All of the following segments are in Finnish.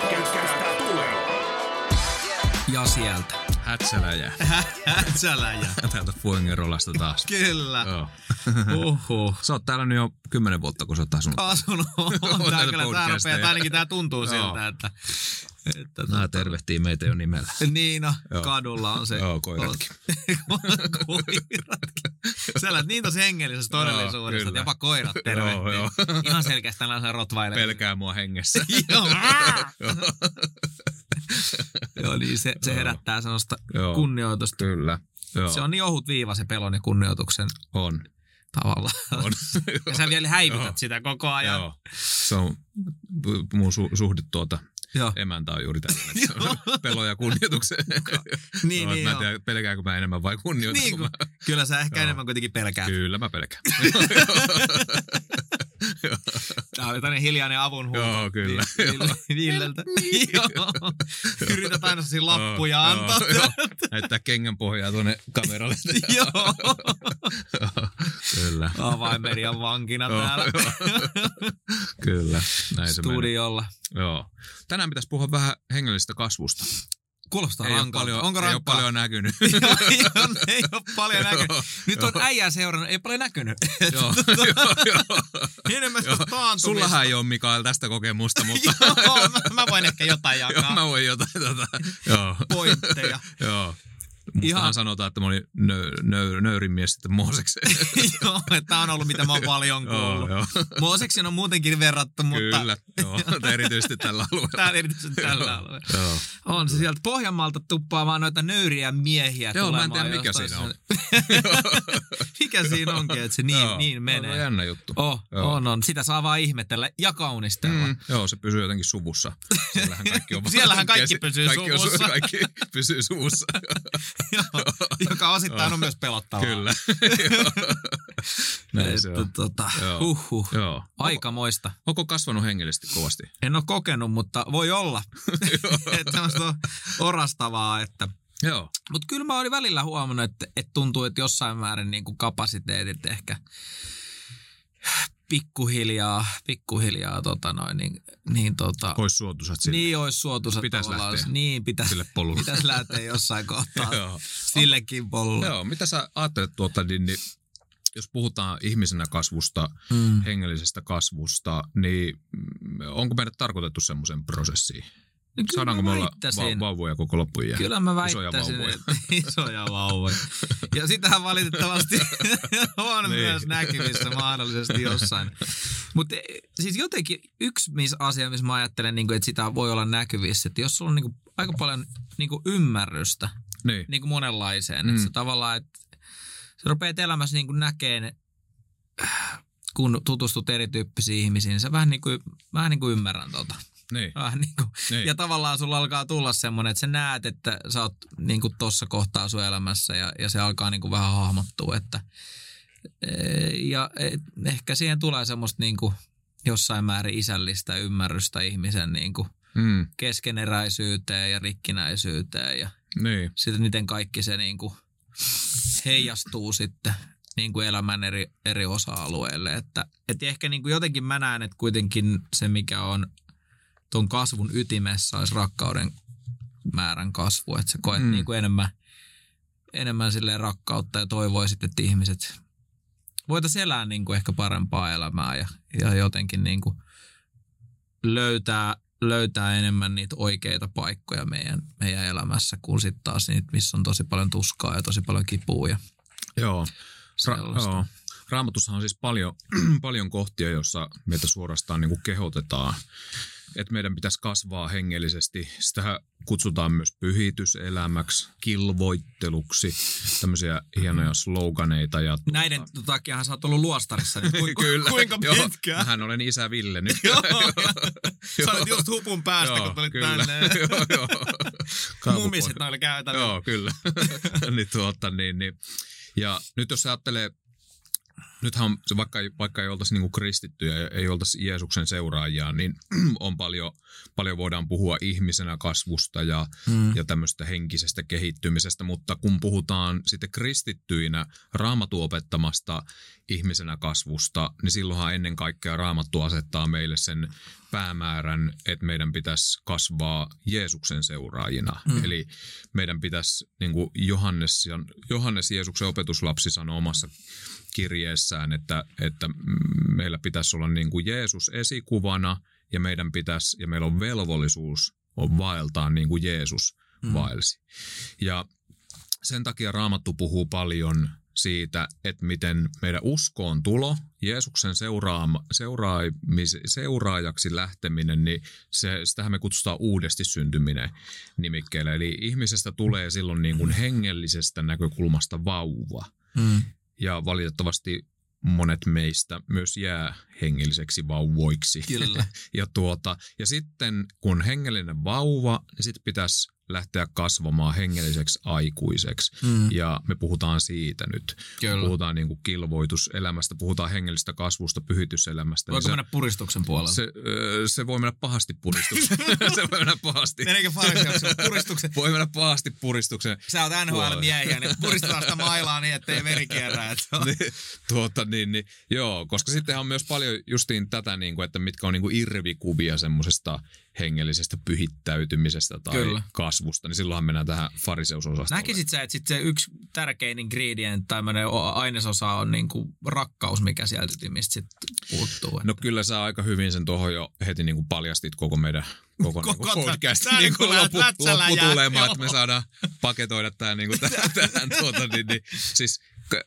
Podcastista tulee. Ja sieltä. Hätsäläjä. Hätsäläjä. Täältä Fuengerolasta taas. Kyllä. Joo. Uhuh. Sä oot täällä nyt jo 10 vuotta, kun sä oot asunut. Asunut. Tää kyllä tää rupeaa, tai ainakin tää tuntuu siltä, että Nää tervehtii meitä jo nimellä. niin no, kadulla on se. Joo, koiratkin. Koiratkin. Sä elät niin tosi hengellisessä todellisuudessa, että jopa koirat tervehtii. Joo. Ihan selkeästi tällaisen rottweilerin. Pelkää mua hengessä. Joo. Joo, niin se herättää sellaista kunnioitusta. Kyllä. Joo. Se on niin ohut viiva se pelon ja kunnioituksen On. tavalla. On. Ja sä vielä häivytät sitä koko ajan. Joo. Se on mun suhde Joo. emäntä on juuri tällainen. Pelo ja kunnioitukseen. Niin, Mä niin, en tiedä, pelkääkö mä enemmän vai kunnioitanko niin, mä. kyllä sä ehkä enemmän kuitenkin pelkäät. Kyllä mä pelkään. Tää oli tämmönen hiljainen avunhuuto. Joo, kyllä. Villeltä. Joo. Yrität aina sellaisia lappuja antaa. Näyttää kengän pohjaa tuonne kameralle. Joo. Kyllä. Avainmedian vankina täällä. Kyllä. Näin se studiolla. Joo. Tänään pitäisi puhua vähän hengellisestä kasvusta. Kuulostaa rankalta. Onko rankkaa? Ei rankkaa? ole paljon näkynyt. Ei ole paljon näkynyt. Nyt on äijää seurannut, ei paljon näkynyt. Joo. Enemmän sitä taantumista. Sullahan ei ole, Mikael, tästä kokemusta, mutta joo, mä voin ehkä jotain jakaa. Joo, mä voin jotain pointteja. Joo. Mustahan sanotaan, että mä olin nöyrin mies sitten Moosekseen. Joo, että tää on ollut mitä mä oon paljon kuullut. Mooseksen on muutenkin verrattu, mutta... Kyllä, joo. Erityisesti tällä alueella. Tää erityisesti tällä alueella. On se sieltä Pohjanmaalta tuppaa vaan noita nöyriä miehiä tulemaan. Joo, mä en tiedä mikä siinä on. Mikä siinä onkin, että se niin menee. On jännä juttu. On. Sitä saa vaan ihmetellä ja kaunistella. Joo, se pysyy jotenkin suvussa. Siellähän kaikki pysyy suvussa. Kaikki pysyy suvussa. Joka osittain on myös pelottavaa. Kyllä. Näin se on. Joo. Aikamoista. Onko kasvanut hengellisesti kovasti? En ole kokenut, mutta voi olla. Että semmoista orastavaa, että... Joo. Mutta kyllä mä olin välillä huomannut, että tuntuu, että jossain määrin niin kuin kapasiteetit ehkä pikkuhiljaa Ois suotuisat sille. Niin, ois suotuisat. Pitäis lähteä. Niin, sille polulle. Pitäis lähteä jossain kohtaa sillekin polulle. Joo, mitä sä ajattelet niin jos puhutaan ihmisenä kasvusta, hengellisestä kasvusta, niin onko meidät tarkoitettu semmoisen prosessiin? No, saadaanko me olla vauvoja koko loppuun? Kyllä mä väittäisin, että isoja vauvoja. Ja sitähän valitettavasti on myös näkyvissä mahdollisesti jossain. Mutta siis jotenkin yksi asia, missä mä ajattelen, että sitä voi olla näkyvissä, että jos sulla on aika paljon ymmärrystä niin monenlaiseen, että se tavallaan, että sä rupeat elämässä näkemään, kun tutustut erityyppisiin ihmisiin, niin sä vähän niin kuin ymmärrän Niin. Niin. Ja tavallaan sulla alkaa tulla semmoinen, että sä näet, että sä oot tossa kohtaa sun elämässä ja se alkaa vähän hahmottua. Ehkä siihen tulee semmoista jossain määrin isällistä ymmärrystä ihmisen keskeneräisyyteen ja rikkinäisyyteen ja sitten miten kaikki se heijastuu sitten elämän eri osa-alueille. Että ehkä jotenkin mä näen, että kuitenkin se mikä on tuon kasvun ytimessä olisi rakkauden määrän kasvu, että sä koet enemmän silleen rakkautta ja toivoisit, että ihmiset voitaisiin elää ehkä parempaa elämää ja jotenkin löytää enemmän niitä oikeita paikkoja meidän elämässä, kuin sitten taas niitä, missä on tosi paljon tuskaa ja tosi paljon kipua. Joo. Raamatussa on siis paljon kohtia, joissa meitä suorastaan kehotetaan, että meidän pitäisi kasvaa hengellisesti. Sitähän kutsutaan myös pyhityselämäksi, kilvoitteluksi, tämmöisiä hienoja sloganeita. Näiden takiahan sä oot ollut luostarissa nyt. Kyllä. Kuinka pitkään? Mähän olen isä Ville nyt. Sä olet just hupun päästä, kun tulit tänne. Mumisit noille käytävillä. Joo, kyllä. niin. Ja nyt jos ajattelee nythän vaikka ei oltaisi niinku kristittyjä ja ei oltaisi Jeesuksen seuraajia, niin on paljon voidaan puhua ihmisenä kasvusta ja tämmöistä henkisestä kehittymisestä, mutta kun puhutaan sitten kristittyinä Raamatun opettamasta ihmisenä kasvusta, niin silloinhan ennen kaikkea Raamattu asettaa meille sen päämäärän, että meidän pitäisi kasvaa Jeesuksen seuraajina. Eli meidän pitäisi, niin kuin Johannes Jeesuksen opetuslapsi sanoi omassa kirjeessään, että meillä pitäisi olla niin kuin Jeesus esikuvana ja meillä on velvollisuus vaeltaa niin kuin Jeesus vaelsi. Ja sen takia Raamattu puhuu paljon siitä, että miten meidän uskoon tulo, Jeesuksen seuraajaksi lähteminen, niin sitähän me kutsutaan uudesti syntyminen nimikkeellä. Eli ihmisestä tulee silloin niin kuin hengellisestä näkökulmasta vauva. Ja valitettavasti monet meistä myös jää hengelliseksi vauvoiksi. Kyllä. Ja sitten kun hengellinen vauva, niin sitten pitäisi lähteä kasvamaan hengelliseksi aikuiseksi. Ja me puhutaan siitä nyt. Kyllä. Puhutaan niin kuin kilvoituselämästä, puhutaan hengellisestä kasvusta, pyhityselämästä. Voiko mennä puristuksen puolella? Se voi mennä pahasti puristukseen. Se voi mennä pahasti. Meneekö fariseuksen puristuksen? Voi mennä pahasti puristuksen. Sä oot NHL-miehiä, niin puristetaan sitä mailaa niin, ettei veri kierrä. Joo, koska sittenhän on myös paljon justiin tätä, niin kuin, että mitkä on niin kuin irvikuvia semmoisesta hengellisestä pyhittäytymisestä tai kasvusta, niin silloinhan mennään tähän fariseusosastolle. Näkisit sä, että sit se yksi tärkein ingredient tai ainesosa on niinku rakkaus, mikä sieltä ytimistä sitten puuttuu? Että... No kyllä sä aika hyvin sen tuohon jo heti niinku paljastit koko meidän koko podcastin niinku lopputulemaan, että me saadaan paketoida tämä niinku tähän siis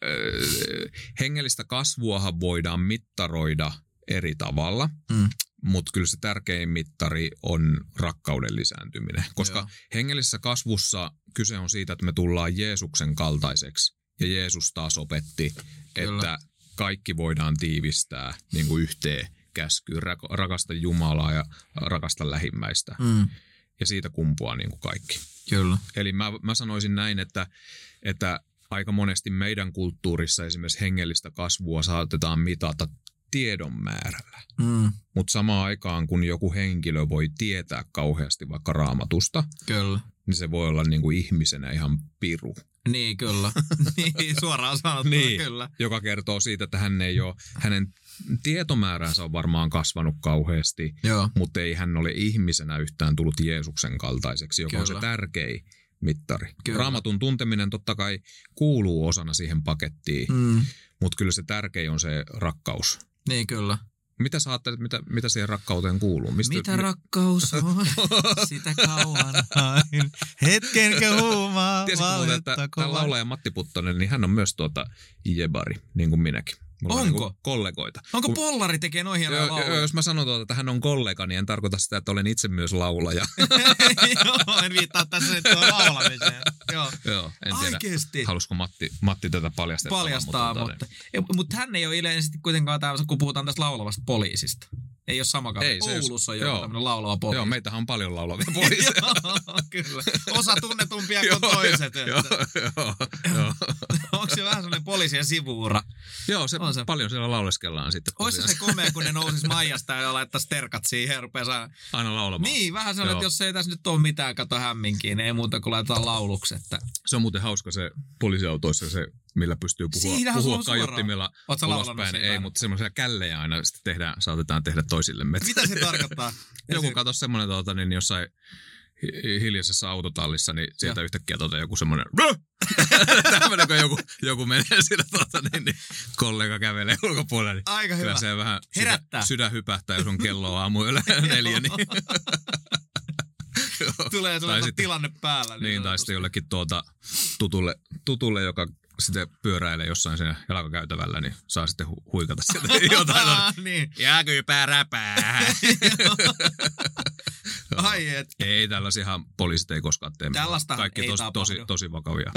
hengellistä kasvuahan voidaan mittaroida eri tavalla. Mutta kyllä se tärkein mittari on rakkauden lisääntyminen, koska hengellisessä kasvussa kyse on siitä, että me tullaan Jeesuksen kaltaiseksi. Ja Jeesus taas opetti, että kaikki voidaan tiivistää niin kuin yhteen käskyyn, rakasta Jumalaa ja rakasta lähimmäistä. Ja siitä kumpuaa niin kuin kaikki. Kyllä. Eli mä sanoisin näin, että aika monesti meidän kulttuurissa esimerkiksi hengellistä kasvua saatetaan mitata tiedon määrällä. Mutta samaan aikaan, kun joku henkilö voi tietää kauheasti vaikka Raamatusta, niin se voi olla niinku ihmisenä ihan piru. Niin, kyllä. Niin, suoraan sanottuna, kyllä. Joka kertoo siitä, että hänen tietomääränsä on varmaan kasvanut kauheasti, mutta ei hän ole ihmisenä yhtään tullut Jeesuksen kaltaiseksi, joka on se tärkein mittari. Kyllä. Raamatun tunteminen totta kai kuuluu osana siihen pakettiin, mutta kyllä se tärkein on se rakkaus. Niin, kyllä. Mitä sä ajattelet, mitä siihen rakkauteen kuuluu? Mitä rakkaus on? Sitä kauan hain. Hetkenkö huumaa. Tiesitkö muuten, että tämä laulaja Matti Puttonen, niin hän on myös jebari, niin kuin minäkin. Mulla onko? On kollegoita. Onko Pollari tekee noin hienoja lauluja? Jos mä sanon, että hän on kollega, niin en tarkoita sitä, että olen itse myös laulaja. Joo, en viittaa tässä nyt laulamiseen. Joo, en tiedä. Oikeesti? Halusiko Matti tätä paljastaa, mutta hän ei ole yleisesti kuitenkaan täällä, kun puhutaan tästä laulavasta poliisista. Ei ole sama kanssa. Oulussa on joku tämmöinen laulava poliisi. Joo, meitähän on paljon laulavia poliiseja. Joo, kyllä. Osa tunnetumpia kuin toiset. Joo. Onko se vähän semmoinen poliisien sivuura? Joo, se paljon siellä lauleskellaan sitten. Olisi se komea, kun ne nousis maijasta ja laittaisi terkat siihen ja rupeaa aina laulamaan. Niin, vähän sellainen, että jos ei tässä nyt ole mitään, kato hämminkiin, niin ei muuta kuin laitetaan lauluksi. Että... Se on muuten hauska se poliisiautoissa se, millä pystyy puhua kaiuttimilla ulospäin. Ei, mutta semmoisia källejä aina sitten saatetaan tehdä toisillemme. Mitä se tarkoittaa? Joku kato semmoinen niin jossain hiljaisessa autotallissa, niin sieltä yhtäkkiä joku semmoinen tämmöinen, kun joku menee siinä niin kollega kävelee ulkopuolella. Niin aika hyvä. Kyllä se vähän sydän hypähtää, jos on kello aamuyöllä 4. Niin. Tulee sellainen tilanne päällä. Niin, tai sitten jollekin tutulle, joka sitten pyöräilee jossain siinä jalkakäytävällä, niin saa sitten huikata sieltä jotain. Niin. Jääkyypää räpää. Ai et. Ei, tällaisiahan poliisit ei koskaan tee. Tällaista kaikki ei tosi vakavia.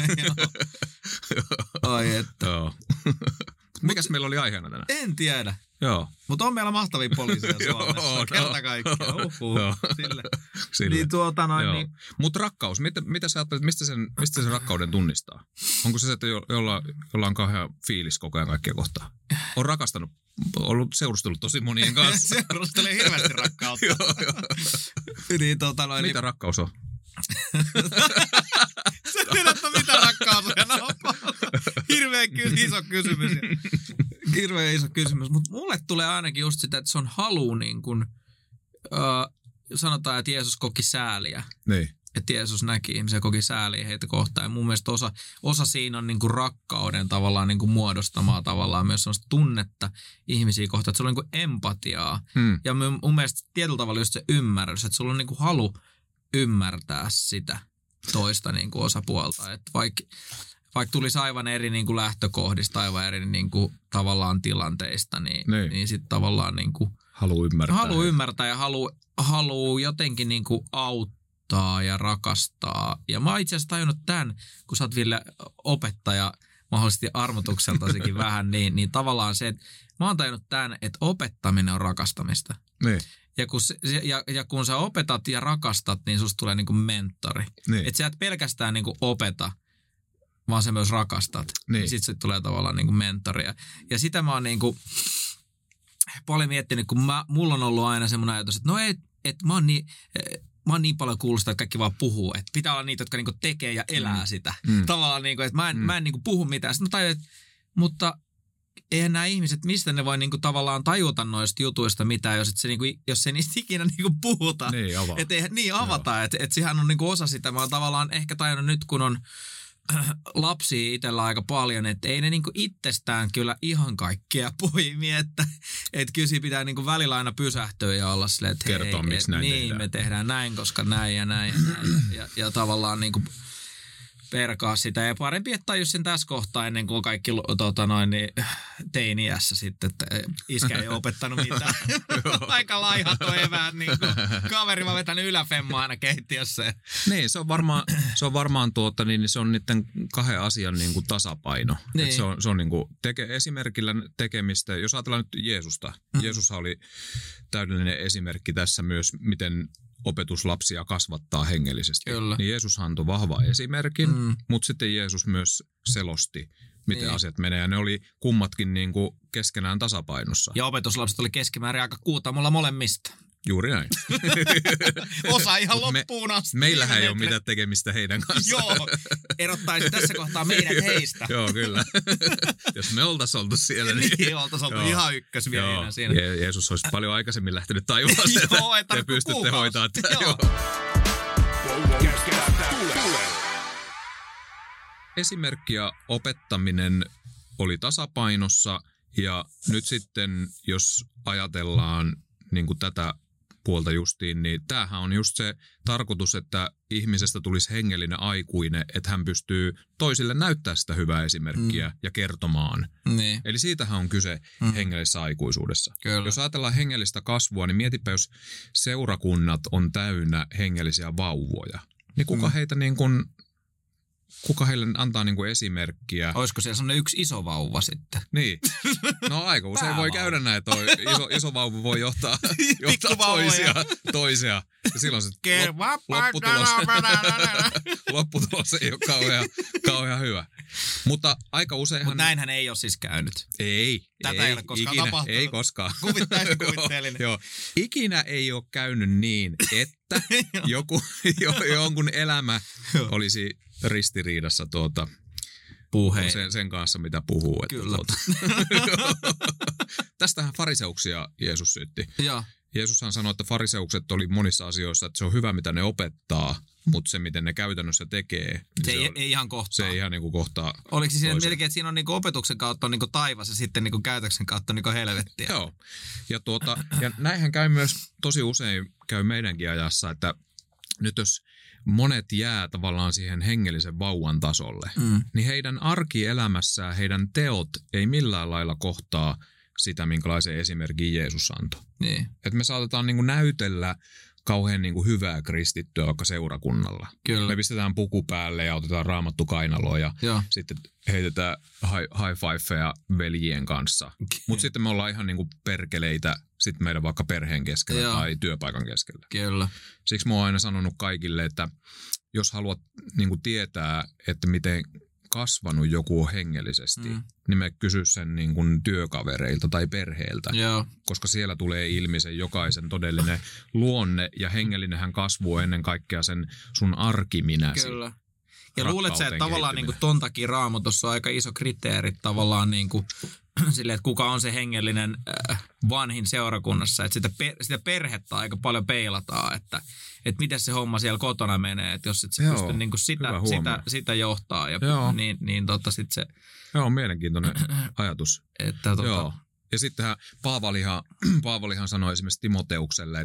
Ai että. Joo. Mikäs meillä oli aiheena tänään? En tiedä. Joo. Mutta on meillä mahtavia poliiseja Suomessa. Kerta kaikkiaan. Sille. Niin niin. Mutta rakkaus, mitä sä ajattelet, mistä sen rakkauden tunnistaa? Onko se, että jolla on kauhean fiilis koko ajan kaikkia kohtaa? On rakastanut, ollut seurustellut tosi monien kanssa. Seurustelee hirveästi rakkautta. Niin, mitä rakkaus on? Sä tiedät, mitä rakkaus on. Hirveän iso kysymys. Hirveän iso kysymys. Mutta mulle tulee ainakin just sitä, että se on halu niin kuin, sanotaan, että Jeesus koki sääliä. Niin. Että Jeesus näki ihmisiä, koki sääliä heitä kohtaan. Ja mun mielestä osa siinä on niin kuin rakkauden tavallaan niin kuin muodostamaa tavallaan myös sellaista tunnetta ihmisiä kohtaan. Että sulla on niin kuin empatiaa. Ja mun mielestä tietyllä tavalla just se ymmärrys, että sulla on niin kuin halu ymmärtää sitä toista niin kuin osapuolta. Että vaikka tulisi aivan eri niin kuin lähtökohdista, aivan eri niin kuin tavallaan tilanteista, niin sitten tavallaan niin kuin haluaa ymmärtää ja haluaa jotenkin niin kuin auttaa ja rakastaa. Ja mä oon itse asiassa tajunnut tämän, kun sä oot Ville opettaja mahdollisesti armotukseltasikin vähän, niin tavallaan se, että mä oon tajunnut tämän, että opettaminen on rakastamista. Niin. Ja kun sä opetat ja rakastat, niin susta tulee niin kuin mentori. Niin. Että sä et pelkästään niin kuin opeta, vaan sä myös rakastat. Niin. Sitten se tulee tavallaan niin kuin mentoria. Ja sitä mä oon niin kuin paljon miettinyt, kun mulla on ollut aina semmoinen ajatus, että mä oon niin paljon kuullut sitä, että kaikki vaan puhuu. Että pitää olla niitä, jotka niin kuin tekee ja elää sitä. Tavallaan niin kuin, että mä en niin kuin puhu mitään. Sitten mä tajun, mutta eihän nämä ihmiset, mistä ne voi niinku tavallaan tajuta noista jutuista mitään, jos ei niistä ikinä niinku puhuta. Niin, avaa. Avata. Että sehän on niinku osa sitä. Mä oon tavallaan ehkä tajunnut nyt, kun on lapsia itsellä aika paljon, että ei ne niinku itsestään kyllä ihan kaikkea poimi, että kyllä siinä pitää niinku välillä aina pysähtyä ja olla silleen, että kertoa, miksi näin tehdään. Me tehdään näin, koska näin ja näin ja tavallaan niinku perkaa sitä. Ja parempi, että tajus sen tässä kohtaa ennen kuin kaikki teiniässä sitten, että iskä ei ole opettanut mitään. Aika laihat on eväät, niin kuin kaveri vaan vetänyt yläfemmaa aina keittiössä. Niin, se on varmaan se on niiden kahden asian niin kuin tasapaino. Niin. Se on niin kuin esimerkillä tekemistä. Jos ajatellaan nyt Jeesusta. Jeesus oli täydellinen esimerkki tässä myös, miten opetuslapsia kasvattaa hengellisesti. Kyllä. Niin Jeesus antoi vahva esimerkin, mutta sitten Jeesus myös selosti, miten asiat menee. Ja ne oli kummatkin niin kuin keskenään tasapainossa. Ja opetuslapset oli keskimäärin aika kuutamolla molemmista. Juuri näin. Osa ihan loppuun asti. Meillähän ei ole mitään tekemistä heidän kanssaan. Joo, erottaisi tässä kohtaa meidät heistä. Joo, kyllä. Jos me oltaisiin oltu siellä. Niin oltaisiin oltu ihan ykkösmiehinä siinä. Jeesus olisi paljon aikaisemmin lähtenyt taivaaseen. Joo, ei te pystytte hoitaa tätä. Joo. Esimerkki ja opettaminen oli tasapainossa ja nyt sitten, jos ajatellaan niin kuin tätä puolta justiin, niin tämähän on just se tarkoitus, että ihmisestä tulisi hengellinen aikuinen, että hän pystyy toisille näyttämään sitä hyvää esimerkkiä ja kertomaan. Niin. Eli siitähän on kyse hengellisessä aikuisuudessa. Kyllä. Jos ajatellaan hengellistä kasvua, niin mietipä, jos seurakunnat on täynnä hengellisiä vauvoja, niin kuka heille antaa niin kuin esimerkkiä? Olisiko siellä sellainen yksi iso vauva sitten? Niin. No aika usein voi käydä näin, että iso vauva voi johtaa toisia. Ja silloin se lopputulos ei ole kauhean hyvä. Mutta aika useinhan... Mutta näinhän ei ole siis käynyt. Ei. Tätä ei ole koskaan tapahtunut. Ei koskaan. Kuvitteellinen. Joo. Ikinä ei ole käynyt niin, että jonkun elämä olisi ristiriidassa sen kanssa, mitä puhuu. Kyllä. Tästähän fariseuksia Jeesus syytti. Joo. Jeesushan sanoi, että fariseukset oli monissa asioissa, että se on hyvä, mitä ne opettaa, mutta se, miten ne käytännössä tekee, niin ei ihan kohtaa. Se ei ihan niin kuin kohtaa. Oliko se siinä melkein, että siinä on niin kuin opetuksen kautta on niin kuin taivas ja sitten niin kuin käytöksen kautta niin kuin helvettiä? Joo. Ja näinhän käy myös tosi usein meidänkin ajassa, että nyt jos monet jää tavallaan siihen hengellisen vauvan tasolle, niin heidän arkielämässään, heidän teot ei millään lailla kohtaa sitä, minkälaisen esimerkin Jeesus antoi. Niin. Että me saatetaan niin kuin näytellä kauhean niin kuin hyvää kristittyä vaikka seurakunnalla. Kyllä. Me pistetään puku päälle ja otetaan raamattu kainaloon ja sitten heitetään high fivea veljien kanssa. Mutta sitten me ollaan ihan niin kuin perkeleitä sitten meidän vaikka perheen keskellä tai työpaikan keskellä. Kyllä. Siksi mä oon aina sanonut kaikille, että jos haluat niin kuin tietää, että miten kasvanut joku on hengellisesti, niin me kysy sen niin kuin työkavereilta tai perheeltä, koska siellä tulee ilmi sen jokaisen todellinen luonne ja hengellinenhän kasvuu ennen kaikkea sen sun arkiminäsi. Kyllä. Ja luulet sä, että tavallaan niin kuin ton takia Raamatussa on aika iso kriteeri tavallaan niin kuin silleen, että kuka on se hengellinen vanhin seurakunnassa, että sitä perhettä aika paljon peilataan, että miten se homma siellä kotona menee, että jos et sä pysty niin kuin sitä johtaa ja niin sit se... Joo, mielenkiintoinen ajatus. Että Joo. Ja sittenhän Paavalihan sanoi esimerkiksi Timoteukselle,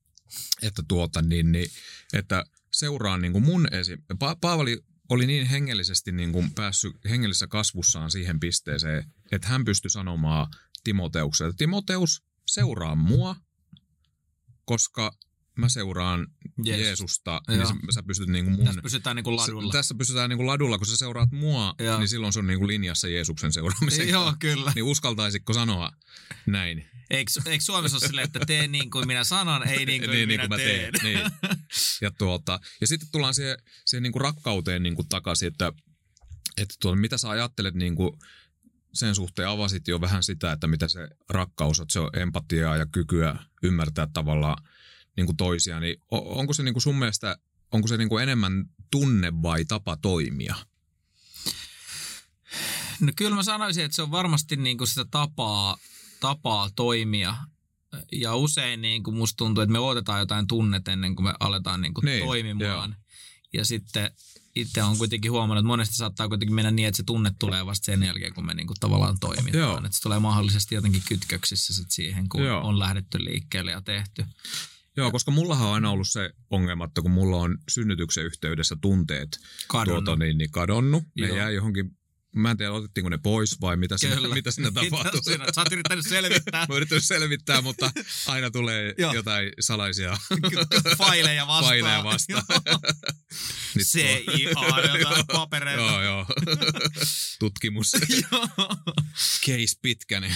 että seuraan niin kuin Paavali oli niin hengellisesti niin kuin päässyt hengellisessä kasvussaan siihen pisteeseen, että hän pystyi sanomaan Timoteukselle, että Timoteus, seuraa mua, koska mä seuraan Jeesusta, niin sä pystyt niinku mun... Tässä pysytään niinku ladulla. Tässä pysytään niinku ladulla, kun sä seuraat mua, niin silloin se on niinku linjassa Jeesuksen seuraamisen. Joo, kyllä. Niin uskaltaisitko sanoa näin? Eikö Suomessa ole silleen, että tee niin kuin minä sanon, ei niin kuin minä teen? Niin. Ja sitten tullaan siihen niinku rakkauteen niinku takaisin, että mitä sä ajattelet niinku sen suhteen, avasit jo vähän sitä, että mitä se rakkaus on, että se on empatiaa ja kykyä ymmärtää tavallaan niin kuin toisia, niin onko se niin kuin sun mielestä, onko se niin kuin enemmän tunne vai tapa toimia? No kyllä mä sanoisin, että se on varmasti niin kuin sitä tapaa toimia. Ja usein niin kuin musta tuntuu, että me odotetaan jotain tunnetta ennen kuin me aletaan niin kuin toimimaan. Ja sitten itse on kuitenkin huomannut, että monesti saattaa kuitenkin mennä niin, että se tunne tulee vasta sen jälkeen, kun me niin kuin tavallaan toimitaan. Että se tulee mahdollisesti jotenkin kytköksissä sit siihen, kun on lähdetty liikkeelle ja tehty. Joo, koska mullahan on aina ollut se ongelma, että kun mulla on synnytyksen yhteydessä tunteet kadonnut. Ne jää johonkin, mä en tiedä, otettiinko ne pois vai mitä siinä tapahtuu. Sä oot yrittänyt selvittää. Mä oon yrittänyt selvittää, mutta aina tulee jotain salaisia faileja vastaan. CIA, jotain papereita. Joo. Tutkimus. Case pitkänen.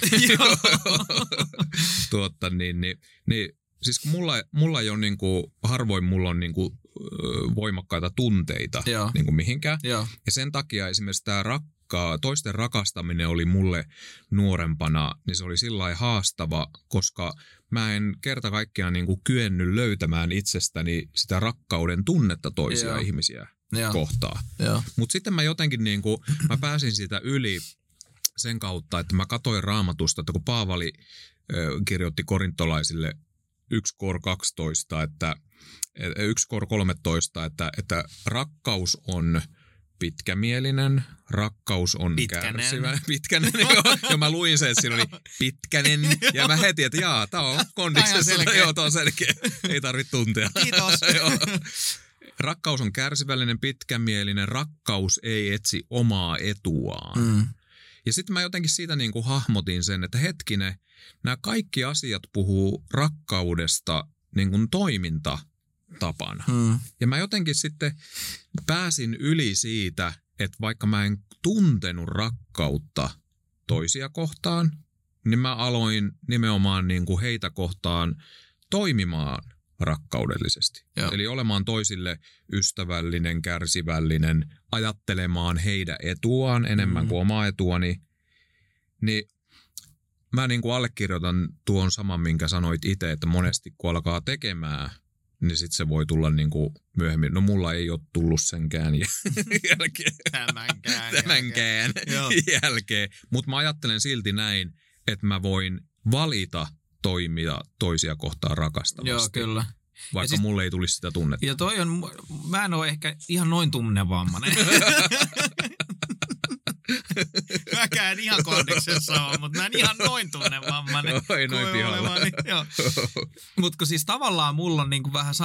Niin. Siis kun mulla ei ole niinku, harvoin mulla on niinku voimakkaita tunteita niinku mihinkään. Ja sen takia esimerkiksi tämä toisten rakastaminen oli mulle nuorempana, niin se oli sillai haastava, koska mä en kerta kaikkiaan niinku kyennyt löytämään itsestäni sitä rakkauden tunnetta toisia ihmisiä kohtaan. Mutta sitten mä jotenkin niinku, mä pääsin siitä yli sen kautta, että mä katsoin Raamatusta, että kun Paavali kirjoitti korintolaisille 1 Kor 12, 1 Kor 13, että rakkaus on pitkämielinen, rakkaus on kärsivä. Pitkänen. Ja mä luin sen, että siinä oli pitkänen. Ja mä heti, että tää on kondiksessa. Joo, tää on selkeä. Ei tarvitse tuntea. Kiitos. Rakkaus on kärsivällinen, pitkämielinen. Rakkaus ei etsi omaa etuaan. Ja sitten mä jotenkin siitä niin kuin hahmotin sen, että hetkinen, nämä kaikki asiat puhuu rakkaudesta niin kuin toimintatapana. Ja mä jotenkin sitten pääsin yli siitä, että vaikka mä en tuntenut rakkautta toisia kohtaan, niin mä aloin nimenomaan niin kuin heitä kohtaan toimimaan rakkaudellisesti. Eli olemaan toisille ystävällinen, kärsivällinen, ajattelemaan heidän etuaan enemmän kuin omaa etuani. Niin mä niin kuin allekirjoitan tuon saman, minkä sanoit itse, että monesti kun alkaa tekemään, niin sitten se voi tulla niin kuin myöhemmin. No mulla ei ole tullut senkään jälkeen. Tämänkään jälkeen. Mutta mä ajattelen silti näin, että mä voin valita toimia toisia kohtaan rakastavasti. Joo, kyllä. Vaikka siis, mulle ei tulisi sitä tunnetta. Ja toi on, mä en ole ehkä ihan noin tunnevammainen. Mäkään ihan kondiksessa ole, mutta mä en ihan noin tunnevammainen. Ei noin pihalla. Mutta kun siis tavallaan mulla on niinku vähän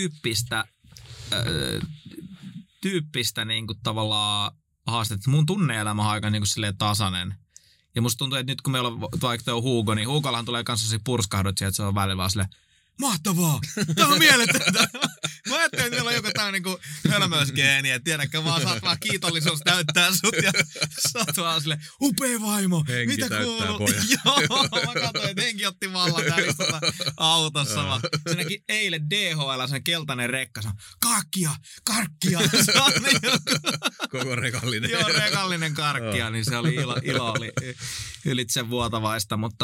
tyyppistä niinku tavallaan haastetta. Mun tunne-elämä on aika niinku silleen tasainen. Ja musta tuntuu, että nyt kun meillä on vaikka tuo Hugo, niin Hugollahan tulee kanssa se purskahdut, että se on välillä vaan silleen, mahtavaa, tää on mieletöntä. Mä ajattelin, että meillä on joku tämmöinen niin hölmöysgeeni, että tiedätkö vaan, saat vaan kiitollisuus täyttää sut ja sä oot vaan silleen, upea vaimo, henki mitä kuuluu? Poja. Joo, mä katsoin, että henki otti vallan täällä autossa vaan. Se näki eilen DHL, sen keltainen rekka, se on karkkia. Se on koko rekallinen. Joo, rekallinen karkkia, niin se oli ilo oli ylitse vuotavaista, mutta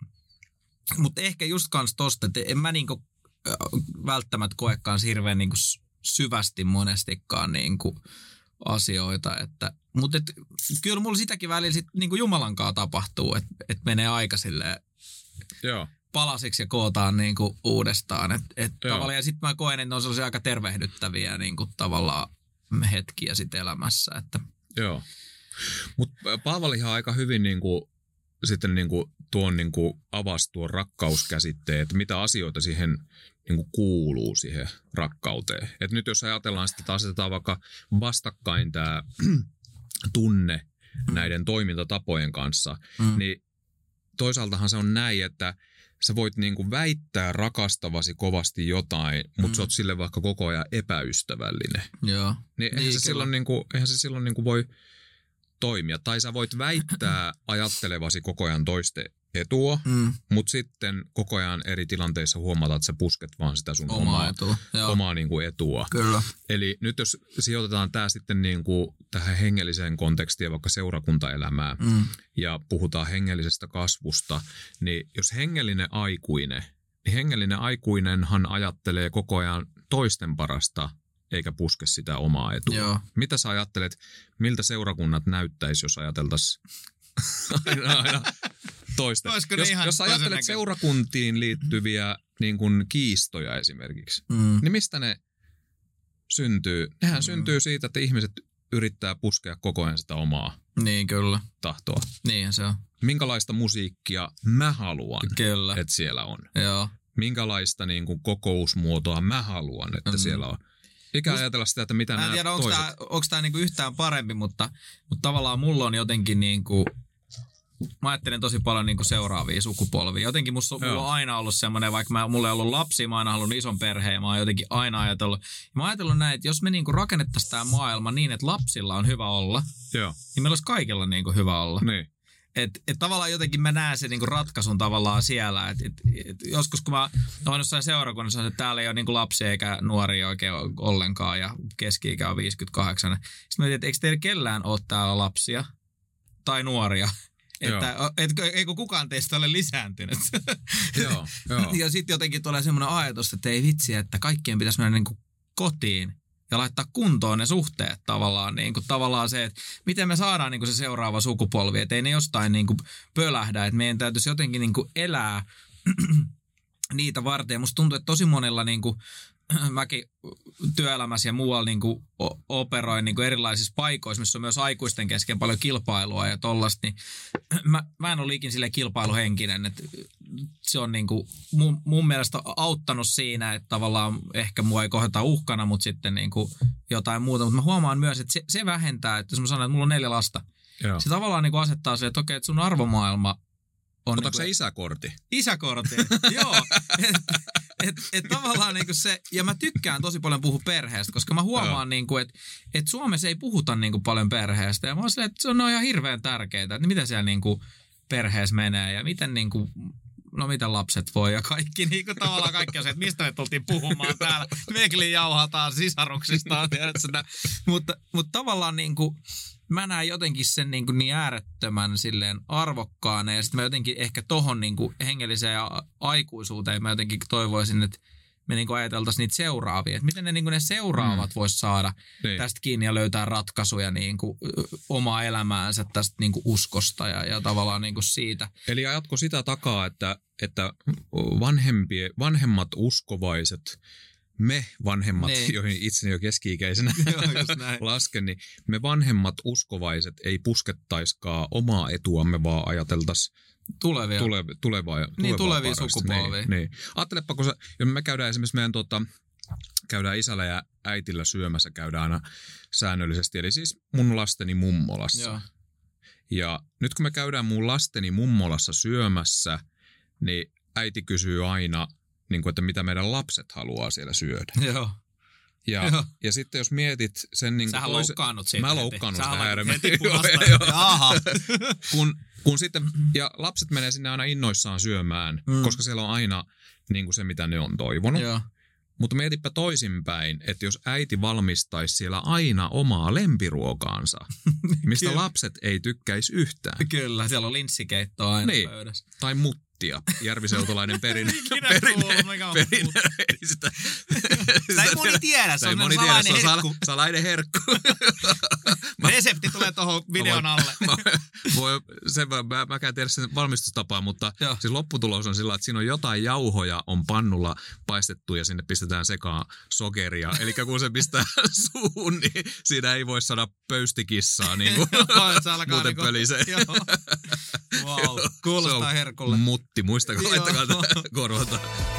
ehkä just kans tosta, että en mä niinku välttämättä koe kans hirveän niinku syvästi monestikaan niinku asioita, mutta kyllä mulla sitäkin välillä sit niinku Jumalankaan tapahtuu, että menee aika silleen palasiksi ja kootaan niinku uudestaan, tavallaan, ja sit mä koen, että ne on sellaisia aika tervehdyttäviä niinku tavallaan hetkiä sit elämässä, että. Joo, mutta Paavalihan aika hyvin niinku sitten niinku tuon niinku avasi tuon rakkauskäsitteen, että mitä asioita siihen niinku kuuluu siihen rakkauteen. Et nyt jos ajatellaan sitä, että asetetaan vaikka vastakkain tämä tunne näiden toimintatapojen kanssa, niin toisaaltahan se on näin, että sä voit niinku väittää rakastavasi kovasti jotain, mutta sä oot sille vaikka koko ajan epäystävällinen. Joo. Niin eihän se silloin niinku voi toimia. Tai sä voit väittää ajattelevasi koko ajan toisten etua, mutta sitten koko ajan eri tilanteissa huomataan, että sä pusket vaan sitä sun omaa niin kuin etua. Kyllä. Eli nyt jos sijoitetaan tämä sitten niin kuin tähän hengelliseen kontekstiin, vaikka seurakuntaelämään, ja puhutaan hengellisestä kasvusta, niin jos hengellinen aikuinenhan ajattelee koko ajan toisten parasta, eikä puske sitä omaa etua. Joo. Mitä sä ajattelet, miltä seurakunnat näyttäisi, jos ajateltaisiin aina toista? Jos ajattelet seurakuntiin liittyviä niin kuin kiistoja esimerkiksi, niin mistä ne syntyy? Nehän syntyy siitä, että ihmiset yrittää puskea koko ajan sitä omaa tahtoa. Niinhän se on. Minkälaista musiikkia mä haluan, että siellä on? Joo. Minkälaista niin kuin kokousmuotoa mä haluan, että siellä on? Eikä ajatella sitä, että mitä nämä toiset. Mä en tiedä, onko tämä niinku yhtään parempi, mutta tavallaan mulla on jotenkin niinku, mä ajattelen tosi paljon niinku seuraavia sukupolvia. Jotenkin mulla on aina ollut semmoinen, vaikka mulla ei ollut lapsia, mä oon aina halunnut ison perheen, mä oon jotenkin aina ajatellut. Mä oon ajatellut näin, että jos me niinku rakennettaisiin tämä maailma niin, että lapsilla on hyvä olla, niin meillä olisi kaikilla niinku hyvä olla. Niin. Et tavallaan jotenkin mä näen sen niinku ratkaisun tavallaan siellä. Et joskus kun mä oon jossain seurakunnassa, että täällä ei ole niinku lapsia eikä nuoria oikein ollenkaan ja keski-ikä on 58. Sitten mä mietin, että eikö teillä kellään ole täällä lapsia tai nuoria? Että eikö kukaan teistä ole lisääntynyt? Joo. Ja sitten jotenkin tulee semmoinen ajatus, että ei vitsi, että kaikkien pitäisi mennä niinku kotiin ja laittaa kuntoon ne suhteet tavallaan. Niin kuin, tavallaan se, että miten me saadaan niin kuin se seuraava sukupolvi, että ei ne jostain niin kuin pölähdä, että meidän täytyisi jotenkin niin kuin elää niitä varten. Ja musta tuntuu, että tosi monella niin kuin, mäkin työelämässä ja muualla niin kuin operoin niin kuin erilaisissa paikoissa, missä on myös aikuisten kesken paljon kilpailua ja tollaista, niin mä en ole ikin silleen kilpailuhenkinen, että se on niin kuin mun mielestä auttanut siinä, että tavallaan ehkä mua ei kohdata uhkana, mutta sitten niin kuin jotain muuta, mutta mä huomaan myös, että se vähentää, että jos mä sanon, että mulla on 4 lasta, se tavallaan niin kuin asettaa se, että okei, että sun arvomaailma on... Otatko se isäkortti? Isäkortti, joo. Että tavallaan niinku se, ja mä tykkään tosi paljon puhua perheestä, koska mä huomaan, niinku, että Suomessa ei puhuta niinku paljon perheestä. Ja mä oon silleen, että se on ihan hirveän tärkeää, että miten siellä niinku perheessä menee ja miten niinku, no miten lapset voi ja kaikki niinku tavallaan kaikki asiat, mistä me tultiin puhumaan täällä. Meikli jauhataan sisaruksistaan, tiedät sitä. Mutta tavallaan niinku, mä näen jotenkin sen niin äärettömän silleen arvokkaana ja sitten mä jotenkin ehkä tohon niin hengelliseen aikuisuuteen mä jotenkin toivoisin, että me niin ajateltaisiin niitä seuraavia. Että miten ne seuraavat vois saada tästä kiinni ja löytää ratkaisuja niin omaa elämäänsä tästä niin uskosta ja tavallaan niin siitä. Eli ajatko sitä takaa, että vanhemmat uskovaiset, me vanhemmat, joihin itseni jo keski-ikäisenä lasken, niin me vanhemmat uskovaiset ei puskettaiskaan omaa etuamme, vaan ajateltaisiin tulevia sukupolvia. Niin. Ajattelepa, kun me käydään esimerkiksi meidän käydään isällä ja äitillä syömässä, käydään aina säännöllisesti, eli siis mun lasteni mummolassa. Joo. Ja nyt kun me käydään mun lasteni mummolassa syömässä, niin äiti kysyy aina, niin kuin, että mitä meidän lapset haluaa siellä syödä. Joo. Ja sitten jos mietit sen niin kuin sähän loukkaannut siitä. Mä loukkaannut sitä ääremmin. kun sitten, ja lapset menee sinne aina innoissaan syömään, koska siellä on aina niin kuin se, mitä ne on toivonut. Joo. Mutta mietipä toisinpäin, että jos äiti valmistaisi siellä aina omaa lempiruokaansa, mistä lapset ei tykkäisi yhtään. Kyllä, siellä on linssikeittoa aina pöydässä. Tai muttia. Järviseutulainen perinne. Sitä ei moni tiedä, se on salainen herkku. Salainen herkku. Resepti tulee tuohon videon alle. Mä en tiedä sen valmistustapaa, mutta siis lopputulos on sillä, että siinä on jotain jauhoja on pannulla paistettu ja sinne pistetään sekaan sokeria. Eli kun se pistää suuhun, niin siinä ei voi saada pöystikissaa, niin kuin muuten pölisee. Wow, kuulostaa herkulle. Mutti, muistakaa, laittakaa korvata.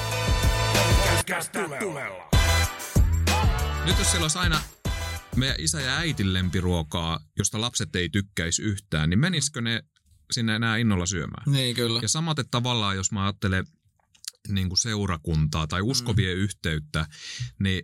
Nyt jos siellä olisi aina meidän isä ja äitin lempiruokaa, josta lapset ei tykkäisi yhtään, niin menisikö ne sinne enää innolla syömään? Niin, kyllä. Ja samaten tavallaan, jos mä ajattelen niin kuin seurakuntaa tai uskovien yhteyttä, niin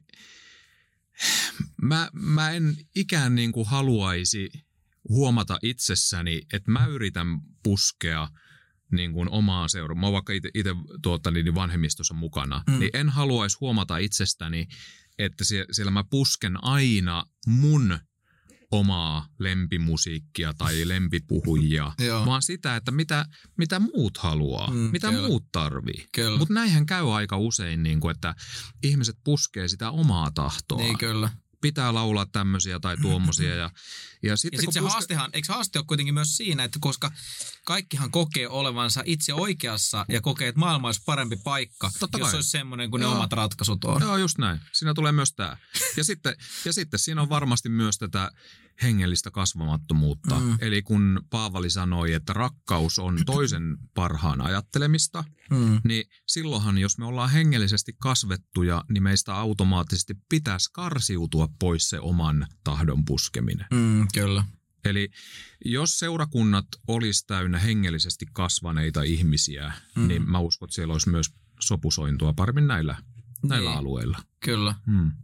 mä en ikään niin kuin haluaisi huomata itsessäni, että mä yritän puskea niin kuin omaa seuraa. Mä oon vaikka itse vanhemmistossa mukana, niin en haluaisi huomata itsestäni, että siellä mä pusken aina mun omaa lempimusiikkia tai lempipuhujia, vaan sitä, että mitä muut haluaa, mitä kyllä. muut tarvii. Mutta näinhän käy aika usein, niin kuin, että ihmiset puskee sitä omaa tahtoa. Niin kyllä. Pitää laulaa tämmöisiä tai tuommoisia. Ja sitten se haastehan, eikö haaste ole kuitenkin myös siinä, että koska kaikkihan kokee olevansa itse oikeassa ja kokee, että maailma olisi parempi paikka, jos olisi semmoinen kuin ne omat ratkaisut on. Joo, just näin. Siinä tulee myös tämä. Ja sitten siinä on varmasti myös tätä hengellistä kasvamattomuutta. Eli kun Paavali sanoi, että rakkaus on toisen parhaan ajattelemista, niin silloinhan, jos me ollaan hengellisesti kasvettuja, niin meistä automaattisesti pitäisi karsiutua pois se oman tahdon puskeminen. Kyllä. Eli jos seurakunnat olisi täynnä hengellisesti kasvaneita ihmisiä, niin mä uskon, että siellä olisi myös sopusointua paremmin näillä alueilla. Kyllä.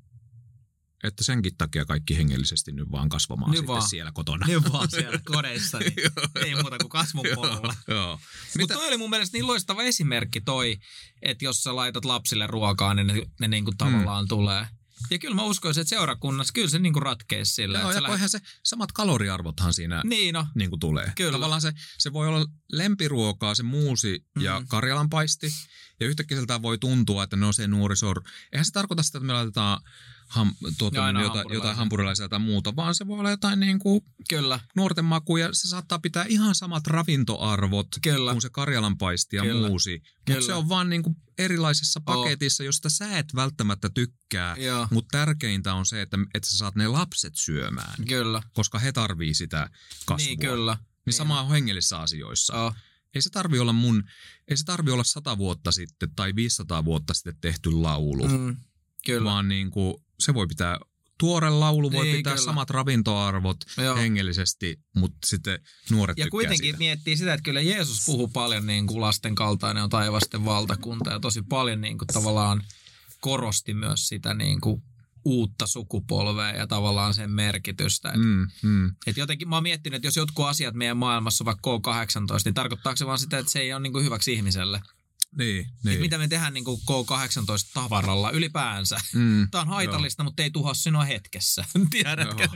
Että senkin takia kaikki hengellisesti nyt vaan kasvamaan nyt sitten vaan. Siellä kotona. Nyt vaan siellä kodeissa, niin ei muuta kuin kasvun polulla. Mutta toi oli mun mielestä niin loistava esimerkki toi, että jos sä laitat lapsille ruokaa, niin ne niin kuin tavallaan tulee. Ja kyllä mä uskoisin, että seurakunnassa kyllä se niinku ratkeisi sillä. Joo, ja voihan se samat kaloriarvothan siinä niinku tulee. Kyllä. Tavallaan se voi olla lempiruokaa, se muusi ja karjalanpaisti. Ja yhtäkkiä siltä voi tuntua, että no se nuorisor. Eihän se tarkoita sitä, että me laitetaan jotain hampurilaisia tai muuta, vaan se voi olla jotain niinku nuorten makuja. Se saattaa pitää ihan samat ravintoarvot kuin se karjalanpaisti ja muusi. Mutta se on vaan niinku erilaisessa paketissa, josta sä et välttämättä tykkää. Mutta tärkeintä on se, että sä saat ne lapset syömään. Kyllä. Koska he tarvii sitä kasvua. Niin, kyllä. Niin sama on hengellisissä asioissa. Ei se tarvi olla 100 vuotta sitten tai 500 vuotta sitten tehty laulu. Kyllä. Vaan niinku, se voi pitää, tuore laulu voi pitää samat ravintoarvot hengellisesti, mutta sitten nuoret tykkää. Ja kuitenkin sitä. Miettii sitä, että kyllä Jeesus puhuu paljon niin kuin lasten kaltainen on taivasten valtakunta ja tosi paljon niin kuin tavallaan korosti myös sitä niin kuin uutta sukupolvea ja tavallaan sen merkitystä. Et jotenkin mä oon miettinyt, että jos jotkut asiat meidän maailmassa on vaikka K18, niin tarkoittaako se vaan sitä, että se ei ole niin kuin hyväksi ihmiselle? Niin. Mitä me tehdään niin kuin K18-tavaralla ylipäänsä? Tämä on haitallista, mutta ei tuhoa sinua hetkessä. Tiedätkö?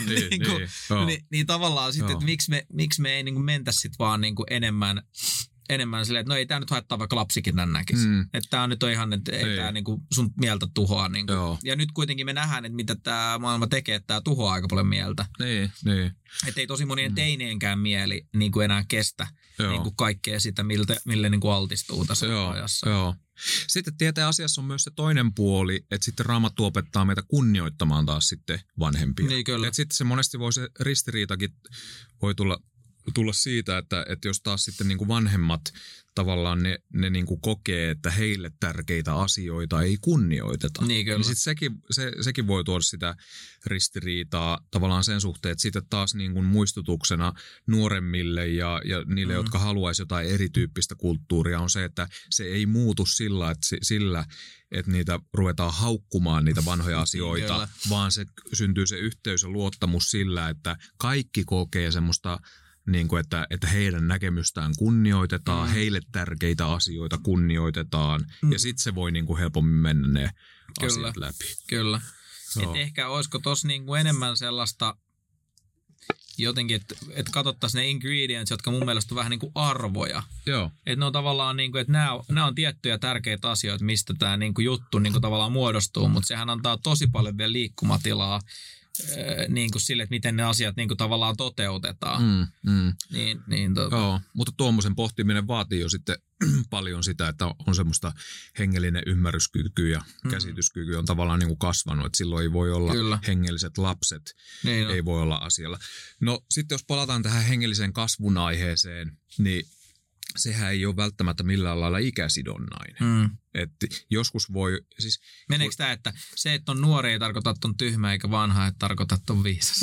Niin tavallaan sitten, että miksi me ei niin kuin mentäisi sit vaan niin kuin enemmän silleen, että no ei tämä nyt haittaa, vaikka lapsikin tämän näkisi. Että tämä nyt on ihan, että ei tämä niinku sun mieltä tuhoa. Niinku. Ja nyt kuitenkin me nähdään, että mitä tämä maailma tekee, että tämä tuhoaa aika paljon mieltä. Niin. Että ei tosi monien teineenkään mieli niinku enää kestä niinku kaikkea sitä, mille niinku altistuu tässä ajassa. Joo. Sitten tieteen asiassa on myös se toinen puoli, että sitten Raamattu opettaa meitä kunnioittamaan taas sitten vanhempia. Niin kyllä. Että sitten se monesti voi se ristiriitakin voi tulla tulla siitä, että jos taas sitten niin kuin vanhemmat tavallaan ne niin kuin kokee, että heille tärkeitä asioita ei kunnioiteta. Niin sitten sekin voi tuoda sitä ristiriitaa tavallaan sen suhteen, että sitten taas niin kuin muistutuksena nuoremmille ja niille, jotka haluaisi jotain erityyppistä kulttuuria, on se, että se ei muutu sillä, että niitä ruvetaan haukkumaan niitä vanhoja asioita, Kyllä. vaan se syntyy se yhteys ja luottamus sillä, että kaikki kokee semmoista, niin kuin, että heidän näkemystään kunnioitetaan, heille tärkeitä asioita kunnioitetaan, ja sitten se voi niin kuin helpommin mennä ne asiat läpi. Kyllä. Et ehkä olisiko tuossa niinku enemmän sellaista jotenkin, että katsottaisiin ne ingredients, jotka mun mielestä on vähän niin kuin arvoja. Joo. Että ne on tavallaan niin kuin, että nämä on tiettyjä tärkeitä asioita, mistä tämä niin kuin juttu niin kuin tavallaan muodostuu, mutta sehän antaa tosi paljon vielä liikkumatilaa niin kuin sille, että miten ne asiat niin kuin tavallaan toteutetaan. Joo, mutta tuommoisen pohtiminen vaatii jo sitten paljon sitä, että on semmoista hengellinen ymmärryskyky ja käsityskyky on tavallaan niin kuin kasvanut, että silloin ei voi olla hengelliset lapset, ei voi olla asialla. No sitten jos palataan tähän hengelliseen kasvun aiheeseen, niin sehän ei ole välttämättä millään lailla ikäsidonnainen. Että joskus voi... Siis, meneekö tämä, että se, että on nuori ei tarkoita, että on tyhmä, eikä vanha, että tarkoita, että on viisas?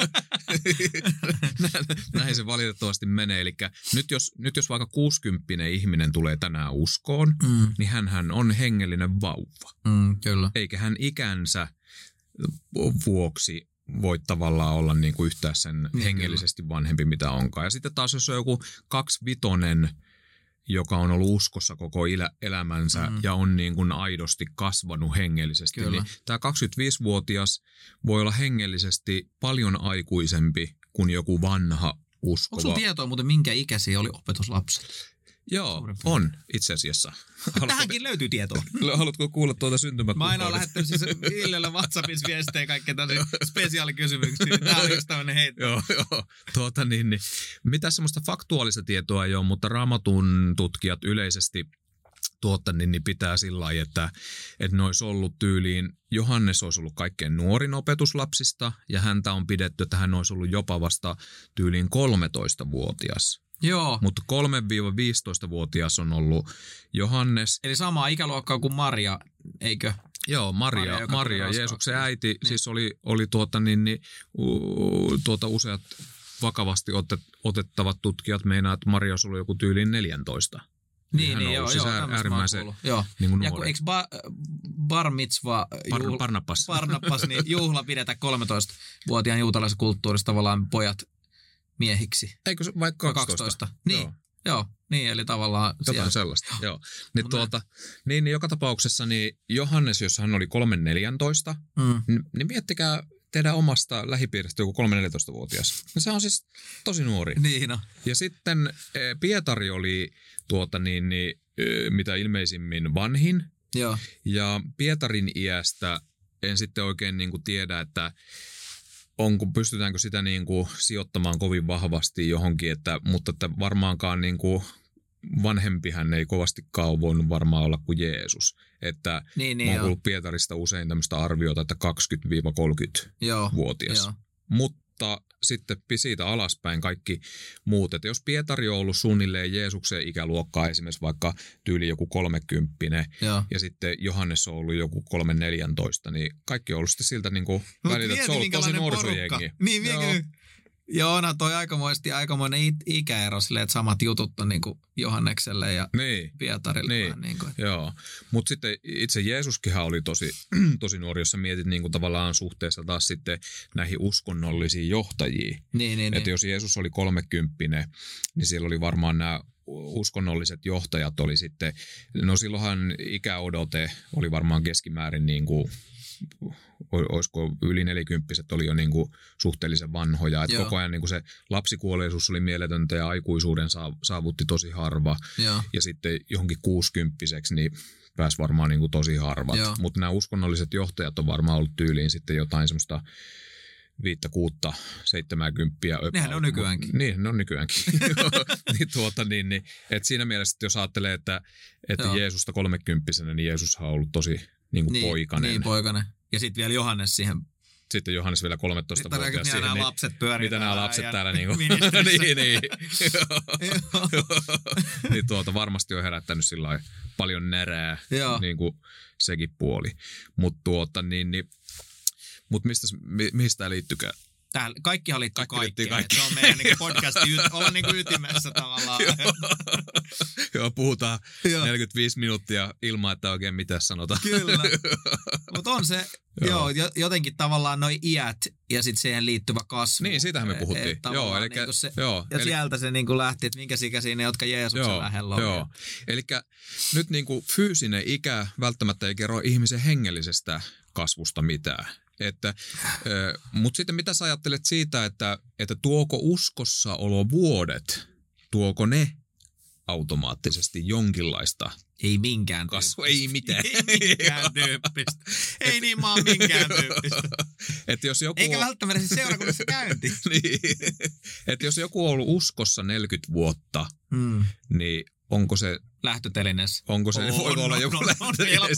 Näin se valitettavasti menee. Eli nyt jos vaikka 60 ihminen tulee tänään uskoon, niin hänhän on hengellinen vauva. Kyllä. Eikä hän ikänsä vuoksi voi tavallaan olla niin kuin yhtään sen hengellisesti vanhempi, mitä onkaan. Ja sitten taas, jos on joku 25, joka on ollut uskossa koko elämänsä ja on niin kuin aidosti kasvanut hengellisesti, niin tämä 25-vuotias voi olla hengellisesti paljon aikuisempi kuin joku vanha uskova. Onko sulla tietoa muuten, minkä ikäisiä oli opetuslapset? Joo, on itse asiassa. Tähänkin löytyy tietoa. Haluatko kuulla tuota syntymäkuukauden? Mä aina olen lähettänyt siis Illelle WhatsAppissa viestejä kaikkea tämmöisiä spesiaalikysymyksiä. Tää oli just tämmöinen heitto. Joo. Mitä semmoista faktuaalista tietoa ei ole, mutta Raamatun tutkijat yleisesti niin pitää sillä lailla, että ne olisi ollut tyyliin, Johannes olisi ollut kaikkein nuorin opetuslapsista ja häntä on pidetty, että hän olisi ollut jopa vasta tyyliin 13-vuotias. Joo. Mutta 3-15-vuotias on ollut Johannes. Eli samaa ikäluokkaa kuin Maria, eikö? Joo, Maria Jeesuksen äiti, niin. Siis oli useat vakavasti otettavat tutkijat meinaa, että Maria olisi ollut joku tyyliin 14. Niin, joo, siis äärimmäisen niin kuin nuori. Ja eikö bar mitzva Barnabas niin juhla pidetä 13-vuotiaan juutalaisen kulttuurista tavallaan pojat miehiksi? Eikö se vaikka 12? Joo, niin, eli tavallaan... Jotain sellaista, joo. Niin joka tapauksessa niin Johannes, jos hän oli 3-14, niin miettikää teidän omasta lähipiiristä joku 3-14-vuotias. Se on siis tosi nuori. Niin no. Ja sitten Pietari oli mitä ilmeisimmin vanhin. Joo. Ja Pietarin iästä en sitten oikein niin kuin tiedä, että pystytäänkö sitä niin kuin sijoittamaan kovin vahvasti johonkin, mutta että varmaankaan niin kuin vanhempihan ei kovastikaan ole voinut varmaan olla kuin Jeesus. Että mä oon kuullut Pietarista usein tämmöistä arviota, että 20-30-vuotias. Joo. Mutta sitten siitä alaspäin kaikki muut. Että jos Pietari on ollut suunnilleen Jeesuksen ikäluokkaa, esimerkiksi vaikka tyyli joku 30, ja sitten Johannes on ollut joku 3-14, niin kaikki on ollut sitten siltä niin kuin välillä, että se on ollut tosi nuorisojengi. Niin, joo, no toi aikamoinen ikäero silleen, että samat jutut on niin kuin Johannekselle ja Pietarille. Niin. Joo, mutta sitten itse Jeesuskinhan oli tosi nuori, jos sä mietit niin kuin tavallaan suhteessa taas sitten näihin uskonnollisiin johtajiin. Niin. Että jos Jeesus oli 30, niin siellä oli varmaan nämä uskonnolliset johtajat oli sitten, no silloinhan ikäodote oli varmaan keskimäärin niin kuin, olisiko yli 40 oli jo niin kuin suhteellisen vanhoja. Että koko ajan niin kuin se lapsikuolleisuus oli mieletöntä ja aikuisuuden saavutti tosi harva. Joo. Ja sitten johonkin 60-vuotiaaksi niin pääsi varmaan niin kuin tosi harvat. Mutta nämä uskonnolliset johtajat on varmaan ollut tyyliin sitten jotain semmoista 5-6, 70. Nehän on nykyäänkin. Niin, ne on nykyäänkin. Että siinä mielessä, että jos ajattelee, että Jeesusta 30-vuotiaana, niin Jeesus on ollut tosi niin kuin poikainen. Niin, poikainen. Ja sitten vielä Johannes siihen sitten Johannes vielä 13-vuotias siihen. Nämä lapset pyörii. Mitä nämä lapset täällä niinku. niin. Niin varmasti on herättänyt sillä paljon närää, niin kuin sekin puoli. Mutta mihin tämä liittyykään? Kaikkihan liittyy kaikkeen. Se on meidän niinku podcastin olla niinku ytimessä tavallaan. Joo, puhutaan 45 minuuttia ilman, että oikein mitään sanotaan. Kyllä, mutta on se jotenkin tavallaan noi iät ja sitten siihen liittyvä kasvu. Niin, siitähän me puhuttiin. Ja sieltä se niinku lähti, että minkä ikäisiä ne, jotka Jeesuksen lähellä on. Joo, eli nyt niinku fyysinen ikä välttämättä ei kerro ihmisen hengellisestä kasvusta mitään. Mutta sitten mitä sä ajattelet siitä, että tuoko uskossa olo vuodet, tuoko ne automaattisesti jonkinlaista ei minkään kasvua? Ei mitään. Ei minkään tyyppistä. Ei niin maan minkään tyyppistä. Eikä välttämättä siis seurakunnassa käynti. Niin. Että jos joku on ollut uskossa 40 vuotta, niin onko se lähtötelines? Onko se, voiko olla joku lähtötelines?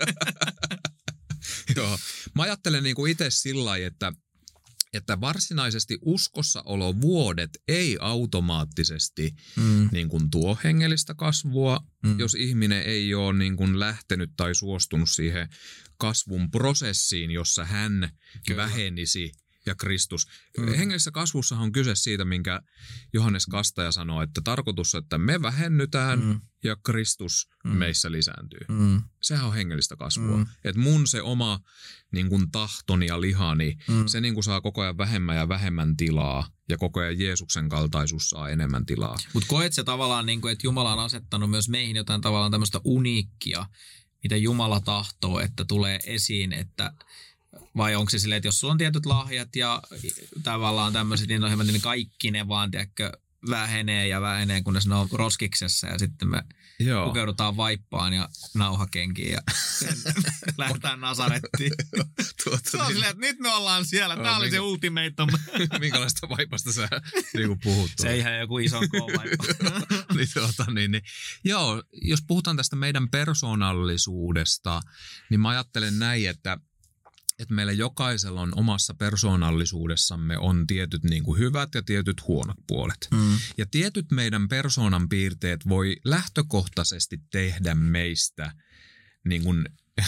Joo. Mä ajattelen niin kuin itse sillä lailla, että varsinaisesti uskossaolo vuodet ei automaattisesti niin kuin tuo hengellistä kasvua, jos ihminen ei ole niin kuin lähtenyt tai suostunut siihen kasvun prosessiin, jossa hän vähenisi ja Kristus. Hengellisessä kasvussa on kyse siitä, minkä Johannes Kastaja sanoo, että tarkoitus, että me vähennytään ja Kristus meissä lisääntyy. Sehän on hengellistä kasvua. Että mun se oma niin kuin tahtoni ja lihani, se niin kuin saa koko ajan vähemmän ja vähemmän tilaa ja koko ajan Jeesuksen kaltaisuus saa enemmän tilaa. Mutta koet se tavallaan, niin kuin, että Jumala on asettanut myös meihin jotain tavallaan tämmöistä uniikkia, mitä Jumala tahtoo, että tulee esiin, että vai onko se silleen, että jos sulla on tietyt lahjat ja tavallaan tämmöiset intohimot, niin kaikki ne vaan, tiedätkö, vähenee, kunnes ne on roskiksessa ja sitten me pukeudutaan vaippaan ja nauhakenkiin ja lähdetään Nasarettiin. Se on silleen, että nyt me ollaan siellä. Tämä oli se ultimatum. Minkälaista vaipasta sä niin puhut? Se ihan joku iso K-vaippa. niin. Joo, jos puhutaan tästä meidän persoonallisuudesta, niin mä ajattelen näin, että meillä jokaisella on omassa persoonallisuudessamme on tietyt niin kuin hyvät ja tietyt huonot puolet. Ja tietyt meidän persoonan piirteet voi lähtökohtaisesti tehdä meistä, niin kuin,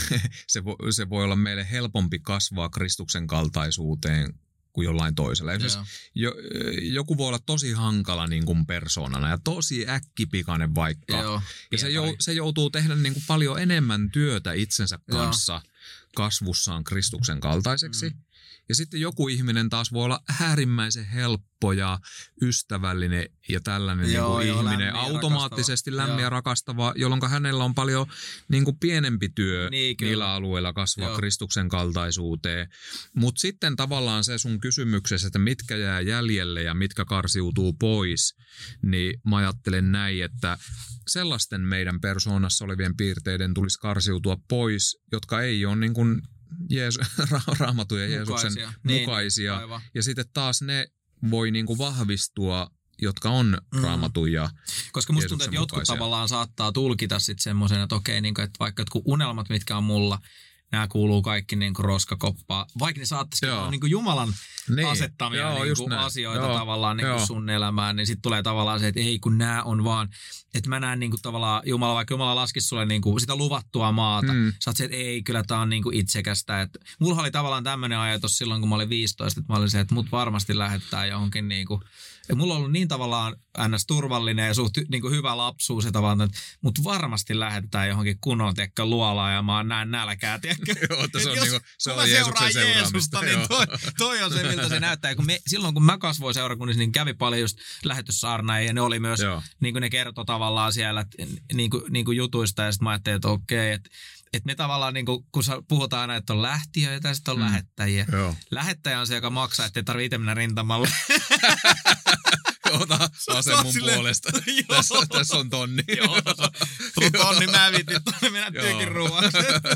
se voi olla meille helpompi kasvaa Kristuksen kaltaisuuteen kuin jollain toisella. Joku voi olla tosi hankala niin kuin persoonana ja tosi äkkipikainen vaikka. Ja se joutuu tehdä niin kuin paljon enemmän työtä itsensä kanssa kasvussaan Kristuksen kaltaiseksi. Ja sitten joku ihminen taas voi olla äärimmäisen helppo ja ystävällinen ja tällainen niin kuin ihminen, automaattisesti lämmin ja rakastava, jolloin hänellä on paljon niin kuin pienempi työ niillä alueilla kasvaa Kristuksen kaltaisuuteen. Mutta sitten tavallaan se sun kysymyksessä, että mitkä jää jäljelle ja mitkä karsiutuu pois, niin mä ajattelen näin, että sellaisten meidän persoonassa olevien piirteiden tulisi karsiutua pois, jotka ei ole niin kuin Raamatun ja Jeesuksen mukaisia. Niin, ja sitten taas ne voi niinku vahvistua, jotka on Raamatun ja koska musta tuntuu, että jotkut tavallaan saattaa tulkita sitten semmoisen, että okei, niinku, että vaikka jotkut unelmat, mitkä on mulla, nämä kuuluu kaikki niinku roskakoppaan. Vaikka ne saattaisikin olla niinku Jumalan asettamia niinku asioita tavallaan niinku sun elämään, niin sitten tulee tavallaan se, että ei kun nämä on vaan, että mä näen niinku tavallaan Jumala, vaikka Jumala laskisi sulle niinku sitä luvattua maata. Sä oot se, että ei, kyllä tää on niinku itsekästä. Et mulla oli tavallaan tämmöinen ajatus silloin, kun mä olin 15, että mä olin se, että mut varmasti lähettää johonkin niinku. Et mulla on ollut niin tavallaan ns. Turvallinen ja suht niinku hyvä lapsuus ja tavallaan, että mut varmasti lähetetään johonkin kunnon luolaan ja mä näen nälkää, tiedätkö? Se on Jeesuksen seuraamista. Niin toi on se, miltä se näyttää. Silloin kun mä kasvoin seurakunnissa, niin kävi paljon just lähetyssaarnaajia ja ne oli myös, niin kuin ne kertoi tavallaan siellä niin kuin jutuista ja sitten mä ajattelin, että okei, että me tavallaan, niin kuin, kun puhutaan aina, että on lähtiöitä ja sitten on lähettäjiä. Lähettäjä on se, joka maksaa, ettei tarvitse itse mennä rintamalle. ota ase mun puolesta. Tässä on tonni. Joo, tonni mä vitin, tonne mennä tyykin ruuaksi.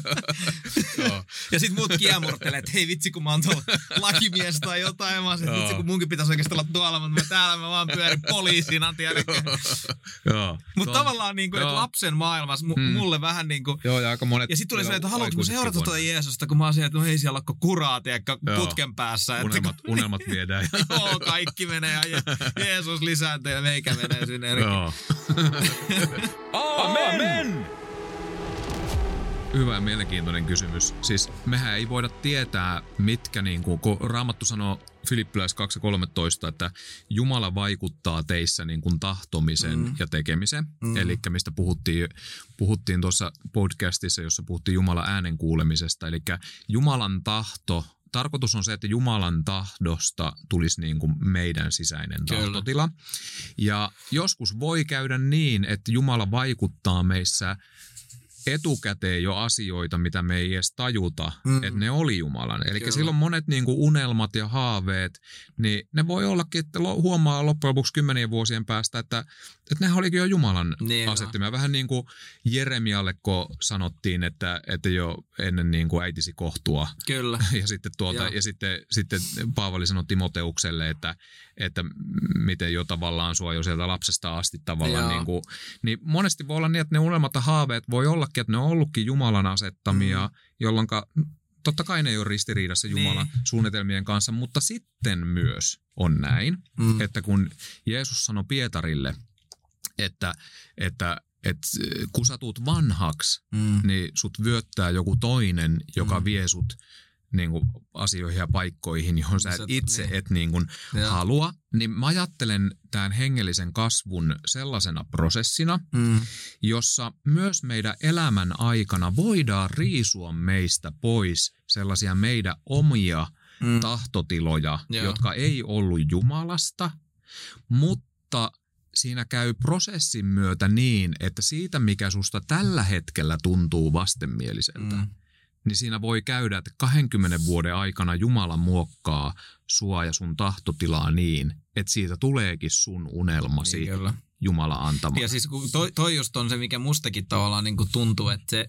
Ja sit muut kiemurtelee, että hei vitsi kun mä oon tuolla lakimies tai jotain. Ja mä oon sit, vitsi kun munkin pitäisi oikeasti olla tuolla, mutta täällä mä vaan pyörin poliisina, tiedätkö. Mutta tavallaan niinku, että lapsen maailmassa mulle vähän niinku. Joo, ja aika monet. Ja sit tuli se, että haluatko mun seurata tuota Jeesusta, kun mä oon siellä, että no hei siellä lakko kuraa, tiedäkö, putken päässä. Unelmat viedään. Joo, kaikki menee ja Jeesus lisääntyy ja meikä menee sinne. Joo. Amen! Hyvä ja mielenkiintoinen kysymys. Siis mehän ei voida tietää, mitkä, niin kuin, kun Raamattu sanoo Filippiläis 2.13, että Jumala vaikuttaa teissä niin kuin tahtomisen ja tekemisen. Eli mistä puhuttiin tuossa podcastissa, jossa puhuttiin Jumalan äänen kuulemisesta. Eli Jumalan tahto, tarkoitus on se, että Jumalan tahdosta tulisi niin kuin meidän sisäinen tahtotila. Ja joskus voi käydä niin, että Jumala vaikuttaa meissä etukäteen jo asioita, mitä me ei edes tajuta, että ne oli Jumalan. Eli silloin monet niin kuin unelmat ja haaveet, niin ne voi ollakin, että huomaa loppujen lopuksi 10 vuosien päästä, että nehän olikin jo Jumalan asettimia. Vähän niin kuin Jeremialle, kun sanottiin, että jo ennen niin kuin äitisi kohtua. Kyllä. Ja sitten Paavali sanoi Timoteukselle, että miten jo tavallaan sua jo sieltä lapsesta asti tavallaan niin monesti voi olla niin, että ne unelmat ja haaveet voi ollakin, että ne on ollutkin Jumalan asettamia, jolloin totta kai ne ei ole ristiriidassa Jumalan suunnitelmien kanssa, mutta sitten myös on näin, että kun Jeesus sanoi Pietarille, että kun sä tuut vanhaksi, niin sut vyöttää joku toinen, joka vie sut niin kuin asioihin ja paikkoihin, johon sä itse et niin kuin halua, niin mä ajattelen tämän hengellisen kasvun sellaisena prosessina, jossa myös meidän elämän aikana voidaan riisua meistä pois sellaisia meidän omia tahtotiloja, jotka ei ollut Jumalasta, mutta siinä käy prosessin myötä niin, että siitä, mikä susta tällä hetkellä tuntuu vastenmieliseltä, niin siinä voi käydä, että 20 vuoden aikana Jumala muokkaa sua ja sun tahtotilaa niin, että siitä tuleekin sun unelmasi niin, Jumala antama. Ja siis toi just on se, mikä mustakin tavallaan niin kuin tuntuu, että se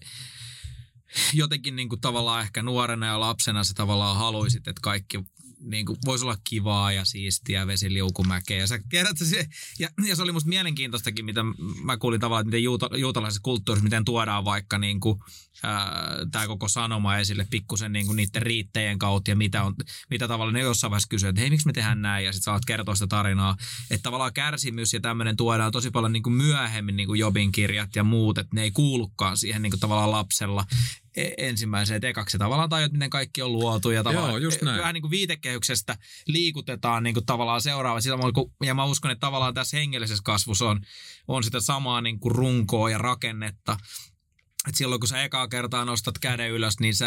jotenkin niin kuin tavallaan ehkä nuorena ja lapsena sä tavallaan haluisit, että kaikki niin kuin voisi olla kivaa ja siistiä, vesiliukumäkeä. Ja sä tiedät, ja se oli musta mielenkiintoistakin, mitä mä kuulin tavallaan, että miten juutalaisessa kulttuurissa, miten tuodaan vaikka niin kuin, tämä koko sanoma esille pikkusen niin kuin niiden riittejen kautta ja mitä tavallaan ne jossain vaiheessa kysyy, että hei, miksi me tehdään näin? Ja sit sä alat kertoa sitä tarinaa. Että tavallaan kärsimys ja tämmöinen tuodaan tosi paljon niin kuin myöhemmin niin kuin Jobin kirjat ja muut, että ne ei kuulukaan siihen niin kuin tavallaan lapsella ensimmäiseen ekaksi tavallaan tajut, miten kaikki on luotu ja tavallaan vähän niin kuin viitekehyksestä liikutetaan niin kuin tavallaan seuraava. Ja mä uskon, että tavallaan tässä hengellisessä kasvussa on sitä samaa niin kuin runkoa ja rakennetta. Että silloin kun sä ekaa kertaa nostat käden ylös, niin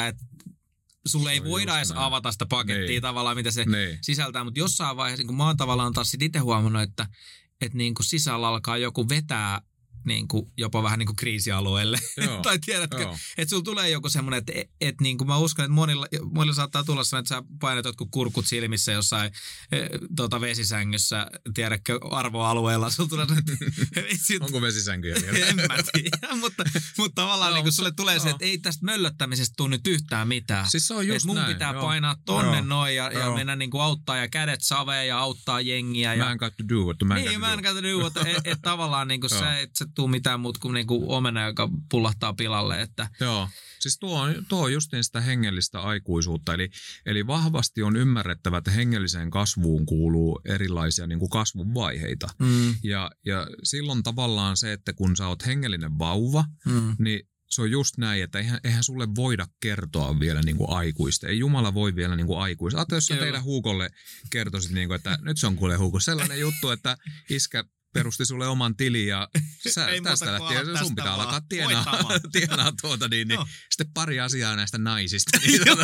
sulle ei voida edes avata sitä pakettia tavallaan, mitä se sisältää. Mutta jossain vaiheessa, kun mä oon tavallaan taas sit itse huomannut, että niin kuin sisällä alkaa joku vetää niin kuin jopa vähän niin kuin kriisialueelle. Tai tiedätkö, että sulla tulee joku semmoinen, että niin kuin mä uskon, että monilla saattaa tulla sellainen, että sä painat jotkut kurkut silmissä jossain vesisängyssä, tiedätkö, arvoalueella. Sulla tulee onko vesisänkyjä vielä? En mä tiedä, mutta tavallaan niin kuin sulle tulee se, että ei tästä möllöttämisestä tule nyt yhtään mitään. Siis se on just mun pitää painaa tonne noin ja mennä niin kuin auttaa ja kädet saveen ja auttaa jengiä. Man got to do what the man got to do. Man got to do what, että tavallaan niin kuin se tuu mitään muuta kuin niinku omena, joka pullahtaa pilalle. Että. Joo, siis tuo on just niin sitä hengellistä aikuisuutta. Eli vahvasti on ymmärrettävä, että hengelliseen kasvuun kuuluu erilaisia niin kuin kasvun vaiheita. Ja silloin tavallaan se, että kun sä oot hengellinen vauva, niin se on just näin, että eihän sulle voida kertoa vielä niin kuin aikuista. Ei Jumala voi vielä niin kuin aikuista. Ajattelin, jos sä teidän Huukolle kertoisit, niin kuin, että nyt se on kuule Huuko sellainen juttu, että iskä perusti sulle oman tilin ja tästä lähtien sun pitää alkaa tienaa niin sitten pari asiaa näistä naisista.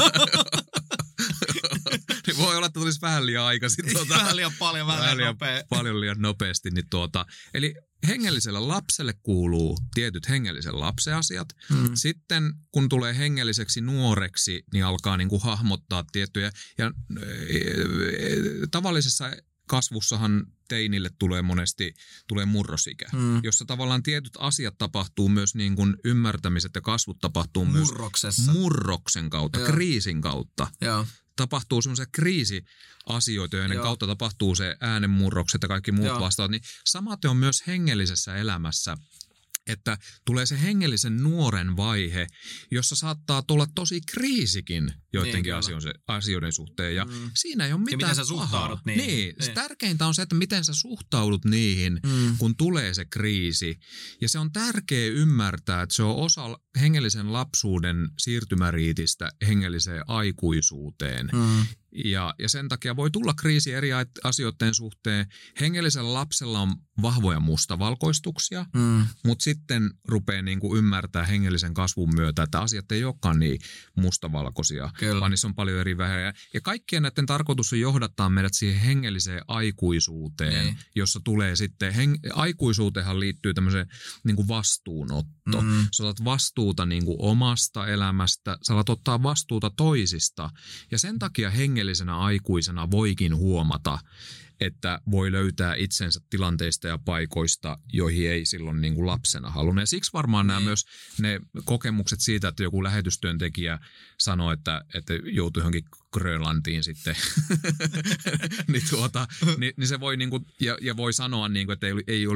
Niin voi olla, että tulisi vähän liian aikaisin. Vähän liian paljon, paljon liian nopeasti. Niin eli hengelliselle lapselle kuuluu tietyt hengellisen lapsen asiat. Sitten kun tulee hengelliseksi nuoreksi, niin alkaa niin kuin hahmottaa tiettyjä. Ja tavallisessa kasvussahan teinille tulee monesti murrosikä, jossa tavallaan tietyt asiat tapahtuu myös niin kuin ymmärtämiset ja kasvut tapahtuu myös murroksen kautta, kriisin kautta. Joo. Tapahtuu semmoisia kriisiasioita, joiden kautta tapahtuu se äänenmurrokset ja kaikki muut vastaavat. Niin samaten on myös hengellisessä elämässä, että tulee se hengellisen nuoren vaihe, jossa saattaa tulla tosi kriisikin joidenkin asioiden suhteen. Ja siinä ei ole mitään ja miten sä suhtaudut niihin. Niin. Tärkeintä on se, että miten sä suhtaudut niihin, kun tulee se kriisi. Ja se on tärkeä ymmärtää, että se on osa hengellisen lapsuuden siirtymäriitistä hengelliseen aikuisuuteen. Ja sen takia voi tulla kriisi eri asioiden suhteen. Hengellisellä lapsella on vahvoja mustavalkoistuksia, mutta sitten rupeaa niinku ymmärtää hengellisen kasvun myötä, että asiat ei olekaan niin mustavalkoisia, vaan niissä on paljon eri vähejä. Ja kaikkien näiden tarkoitus on johdattaa meidät siihen hengelliseen aikuisuuteen, jossa tulee sitten, aikuisuuteenhan liittyy tämmöiseen niinku vastuunotto. Sä otat vastuuta niinku omasta elämästä, sä alat ottaa vastuuta toisista ja sen takia hengellisenä aikuisena voikin huomata, että voi löytää itsensä tilanteista ja paikoista, joihin ei silloin niin kuin lapsena halunnut. Ja siksi varmaan nämä myös ne kokemukset siitä, että joku lähetystyöntekijä sanoo, että joutuu johonkin Grönlantiin sitten, niin se voi, niin kuin, ja voi sanoa, niin kuin, että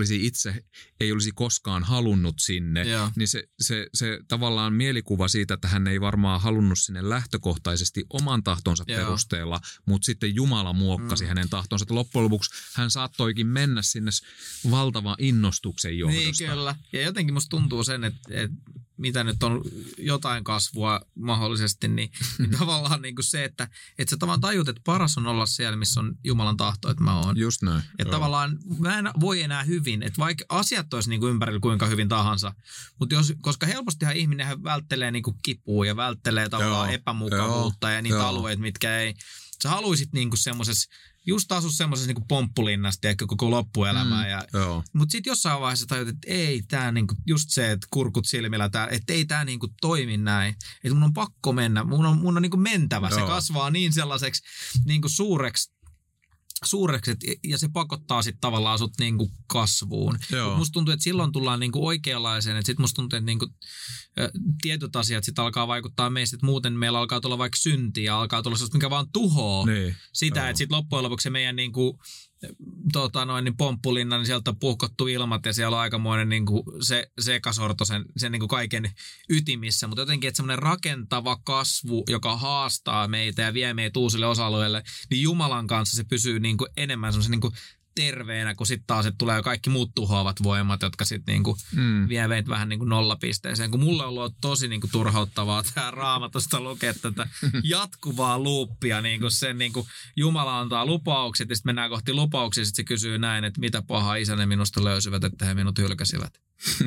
ei olisi koskaan halunnut sinne, niin se tavallaan mielikuva siitä, että hän ei varmaan halunnut sinne lähtökohtaisesti oman tahtonsa perusteella, mutta sitten Jumala muokkasi hänen tahtonsa, että loppujen lopuksi hän saattoikin mennä sinne valtavan innostuksen johdosta. Niin kyllä, ja jotenkin musta tuntuu sen, että mitä nyt on jotain kasvua mahdollisesti, niin tavallaan niin kuin se, että sä tavallaan tajut, että paras on olla siellä, missä on Jumalan tahto, että mä oon. Just näin. Että tavallaan mä en voi enää hyvin, että vaikka asiat olisi niin kuin ympärillä kuinka hyvin tahansa, mutta koska helpostihan ihminenhän välttelee niin kuin kipua ja välttelee tavallaan epämukavuutta ja niitä alueita, mitkä ei, sä haluisit niin kuin semmoisessa, just asua semmoisessa niinku pomppulinnasta koko loppuelämää. Mutta sitten jossain vaiheessa tajut, että ei tämä niinku, just se, että kurkut silmillä, että ei tämä niinku toimi näin. Että mun on pakko mennä, mun on niinku mentävä. Se kasvaa niin sellaiseksi niinku suureksi, ja se pakottaa sitten tavallaan sut niinku kasvuun. Musta tuntuu, että silloin tullaan niinku oikeanlaiseen, että sitten musta tuntuu, että niinku, tietyt asiat sitten alkaa vaikuttaa meistä, että muuten meillä alkaa tulla vaikka syntiä ja alkaa tulla sellaista, mikä vaan tuhoo sitä, että sitten loppujen lopuksi se meidän niinku, niin pomppulinna, niin sieltä on puhkottu ilmat ja siellä on aikamoinen niinku se sekasorto sen niinku kaiken ytimissä, mutta jotenkin, että semmoinen rakentava kasvu, joka haastaa meitä ja vie meitä uusille osa-alueille, niin Jumalan kanssa se pysyy niinku enemmän semmoisen niinku terveenä, kun sitten taas tulee kaikki muut tuhoavat voimat, jotka sitten niinku vie meitä vähän niinku nollapisteeseen. Kun mulle on ollut tosi niinku turhauttavaa tämä Raamatusta lukea tätä jatkuvaa luuppia, niinku sen niinku Jumala antaa lupaukset ja sitten mennään kohti lupauksia, sitten se kysyy näin, että mitä pahaa isänne minusta löysivät, että he minut hylkäsivät.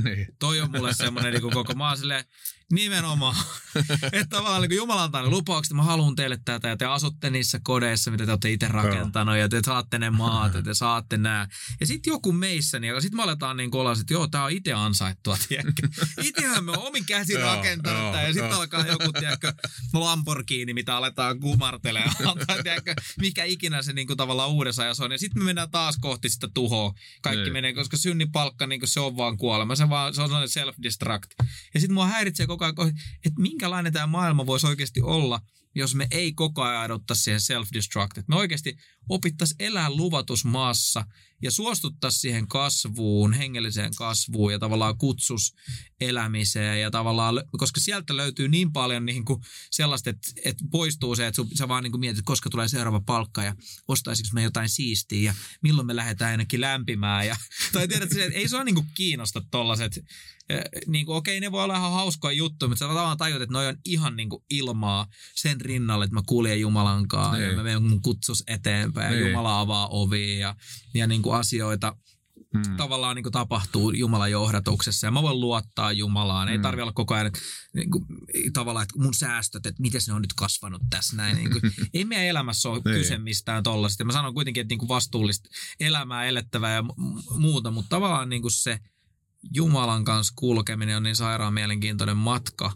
Toi on mulle semmoinen niinku koko maa silleen, nimenomaan. Että tavallaan niin Jumala antaa ne lupaukset, mä haluan teille tätä ja te asutte niissä kodeissa, mitä te olette itse rakentanut ja te saatte ne maat ja te saatte nää. Ja sitten joku meissä, niin sitten me aletaan niin olla, että joo, tää on itse ansaittua, tiedätkö. Itsehän me on omin käsin rakentanut tää ja sitten alkaa joku, tiedätkö, Lamborghini, mitä aletaan kumartelemaan. Tiedätkö, mikä ikinä se niin kuin tavallaan uudessa ajassa on. Ja sitten me mennään taas kohti sitä tuhoa. Kaikki menee, koska synnin palkka, niin se on vaan kuolema. Se on sellainen self-destruct. Ja sitten mua häiritsee koko ajan, että minkälainen tämä maailma voisi oikeasti olla, jos me ei koko ajan ajaduttaisi siihen self-destruct. Että me oikeasti opittaisiin elää luvatusmaassa ja suostuttaisiin siihen kasvuun, hengelliseen kasvuun ja tavallaan kutsus elämiseen. Ja tavallaan, koska sieltä löytyy niin paljon niin kuin sellaista, että poistuu se, että sä vaan niin kuin mietit, koska tulee seuraava palkka ja ostaisinko me jotain siistiä ja milloin me lähdetään ainakin lämpimään. Tai tiedät, että ei sua niin kuin kiinnosta tollaiset. Niin kuin, okei, ne voi olla ihan hauskoja juttuja, mutta sä tavallaan tajut, että noi on ihan niin kuin ilmaa sen rinnalle, että mä kuljen Jumalankaan ja mä menen mun kutsus eteenpäin ja Jumala avaa ovia ja niin kuin asioita tavallaan niin kuin tapahtuu Jumalan johdatuksessa ja mä voin luottaa Jumalaan. Ei tarvitse olla koko ajan että, niin kuin, tavallaan, että mun säästöt, että miten ne on nyt kasvanut tässä näin. Niin kuin, ei meidän elämässä ole kyse mistään tollaisesta. Mä sanon kuitenkin, että niin kuin vastuullista elämää elettävää ja muuta, mutta tavallaan niin kuin se Jumalan kanssa kulkeminen on niin sairaan mielenkiintoinen matka.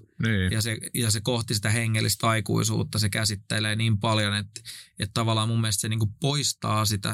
Ja se kohti sitä hengellistä aikuisuutta, se käsittelee niin paljon, että tavallaan mun mielestä se niin kuin poistaa sitä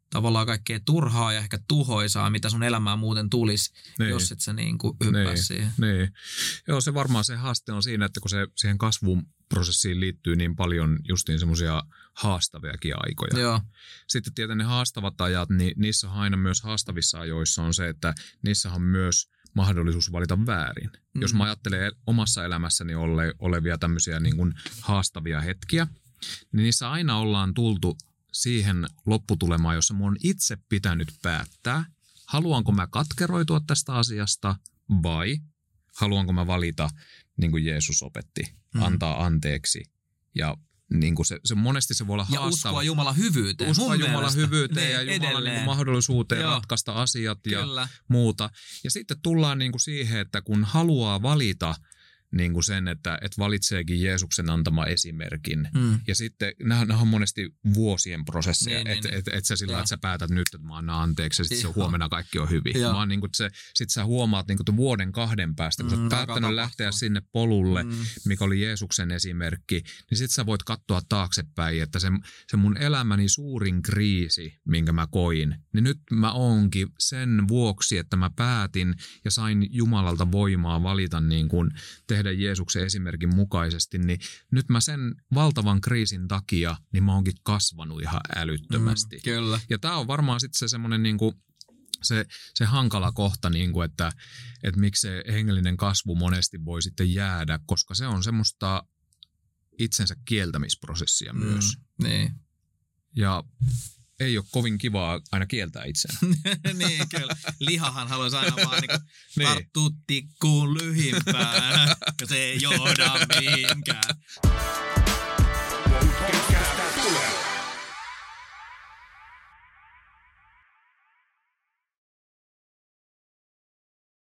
tavallaan kaikkea turhaa ja ehkä tuhoisaa, mitä sun elämään muuten tulisi, jos et sä niinku hyppäisi siihen. Niin. Joo, se varmaan se haaste on siinä, että kun se siihen kasvuprosessiin liittyy niin paljon justiin semmoisia haastaviakin aikoja. Joo. Sitten tietenkin ne haastavat ajat, niin niissä on aina myös haastavissa ajoissa on se, että niissä on myös mahdollisuus valita väärin. Jos mä ajattelen omassa elämässäni olevia tämmöisiä niin kuin haastavia hetkiä, niin niissä aina ollaan tultu siihen lopputulemaan, jossa mun on itse pitänyt päättää, haluanko mä katkeroitua tästä asiasta vai haluanko mä valita, niin kuin Jeesus opetti, antaa anteeksi. Ja niin kuin se monesti se voi olla haastava. Ja uskoa Jumalan hyvyyteen. Uskoa Jumalan hyvyyteen ja Jumalan niin kuin mahdollisuuteen ratkaista asiat ja muuta. Ja sitten tullaan niin kuin siihen, että kun haluaa valita niin kuin sen, että valitseekin Jeesuksen antama esimerkin. Ja sitten nämä on monesti vuosien prosesseja, että sä sillä että sä päätät nyt, että mä annan anteeksi ja sitten se huomenna kaikki on hyvin. Vaan niin kuin sitten sä huomaat niin kuin vuoden 2 päästä, kun sä oot päättänyt lähteä sinne polulle, mikä oli Jeesuksen esimerkki, niin sitten sä voit katsoa taaksepäin, että se mun elämäni suurin kriisi, minkä mä koin, niin nyt mä oonkin sen vuoksi, että mä päätin ja sain Jumalalta voimaa valita niin kuin tehdä Jeesuksen esimerkin mukaisesti, niin nyt mä sen valtavan kriisin takia, niin mä oonkin kasvanut ihan älyttömästi. Kyllä. Ja tää on varmaan sitten se semmoinen niinku, se hankala kohta, niinku, että miksi se hengellinen kasvu monesti voi sitten jäädä, koska se on semmoista itsensä kieltämisprosessia myös. Niin. Ja ei ole kovin kivaa aina kieltää itseään. Niin, kyllä. Lihahan haluaisi aina vaan tarttua tikkuun lyhimpään, ja se ei johda mihinkään.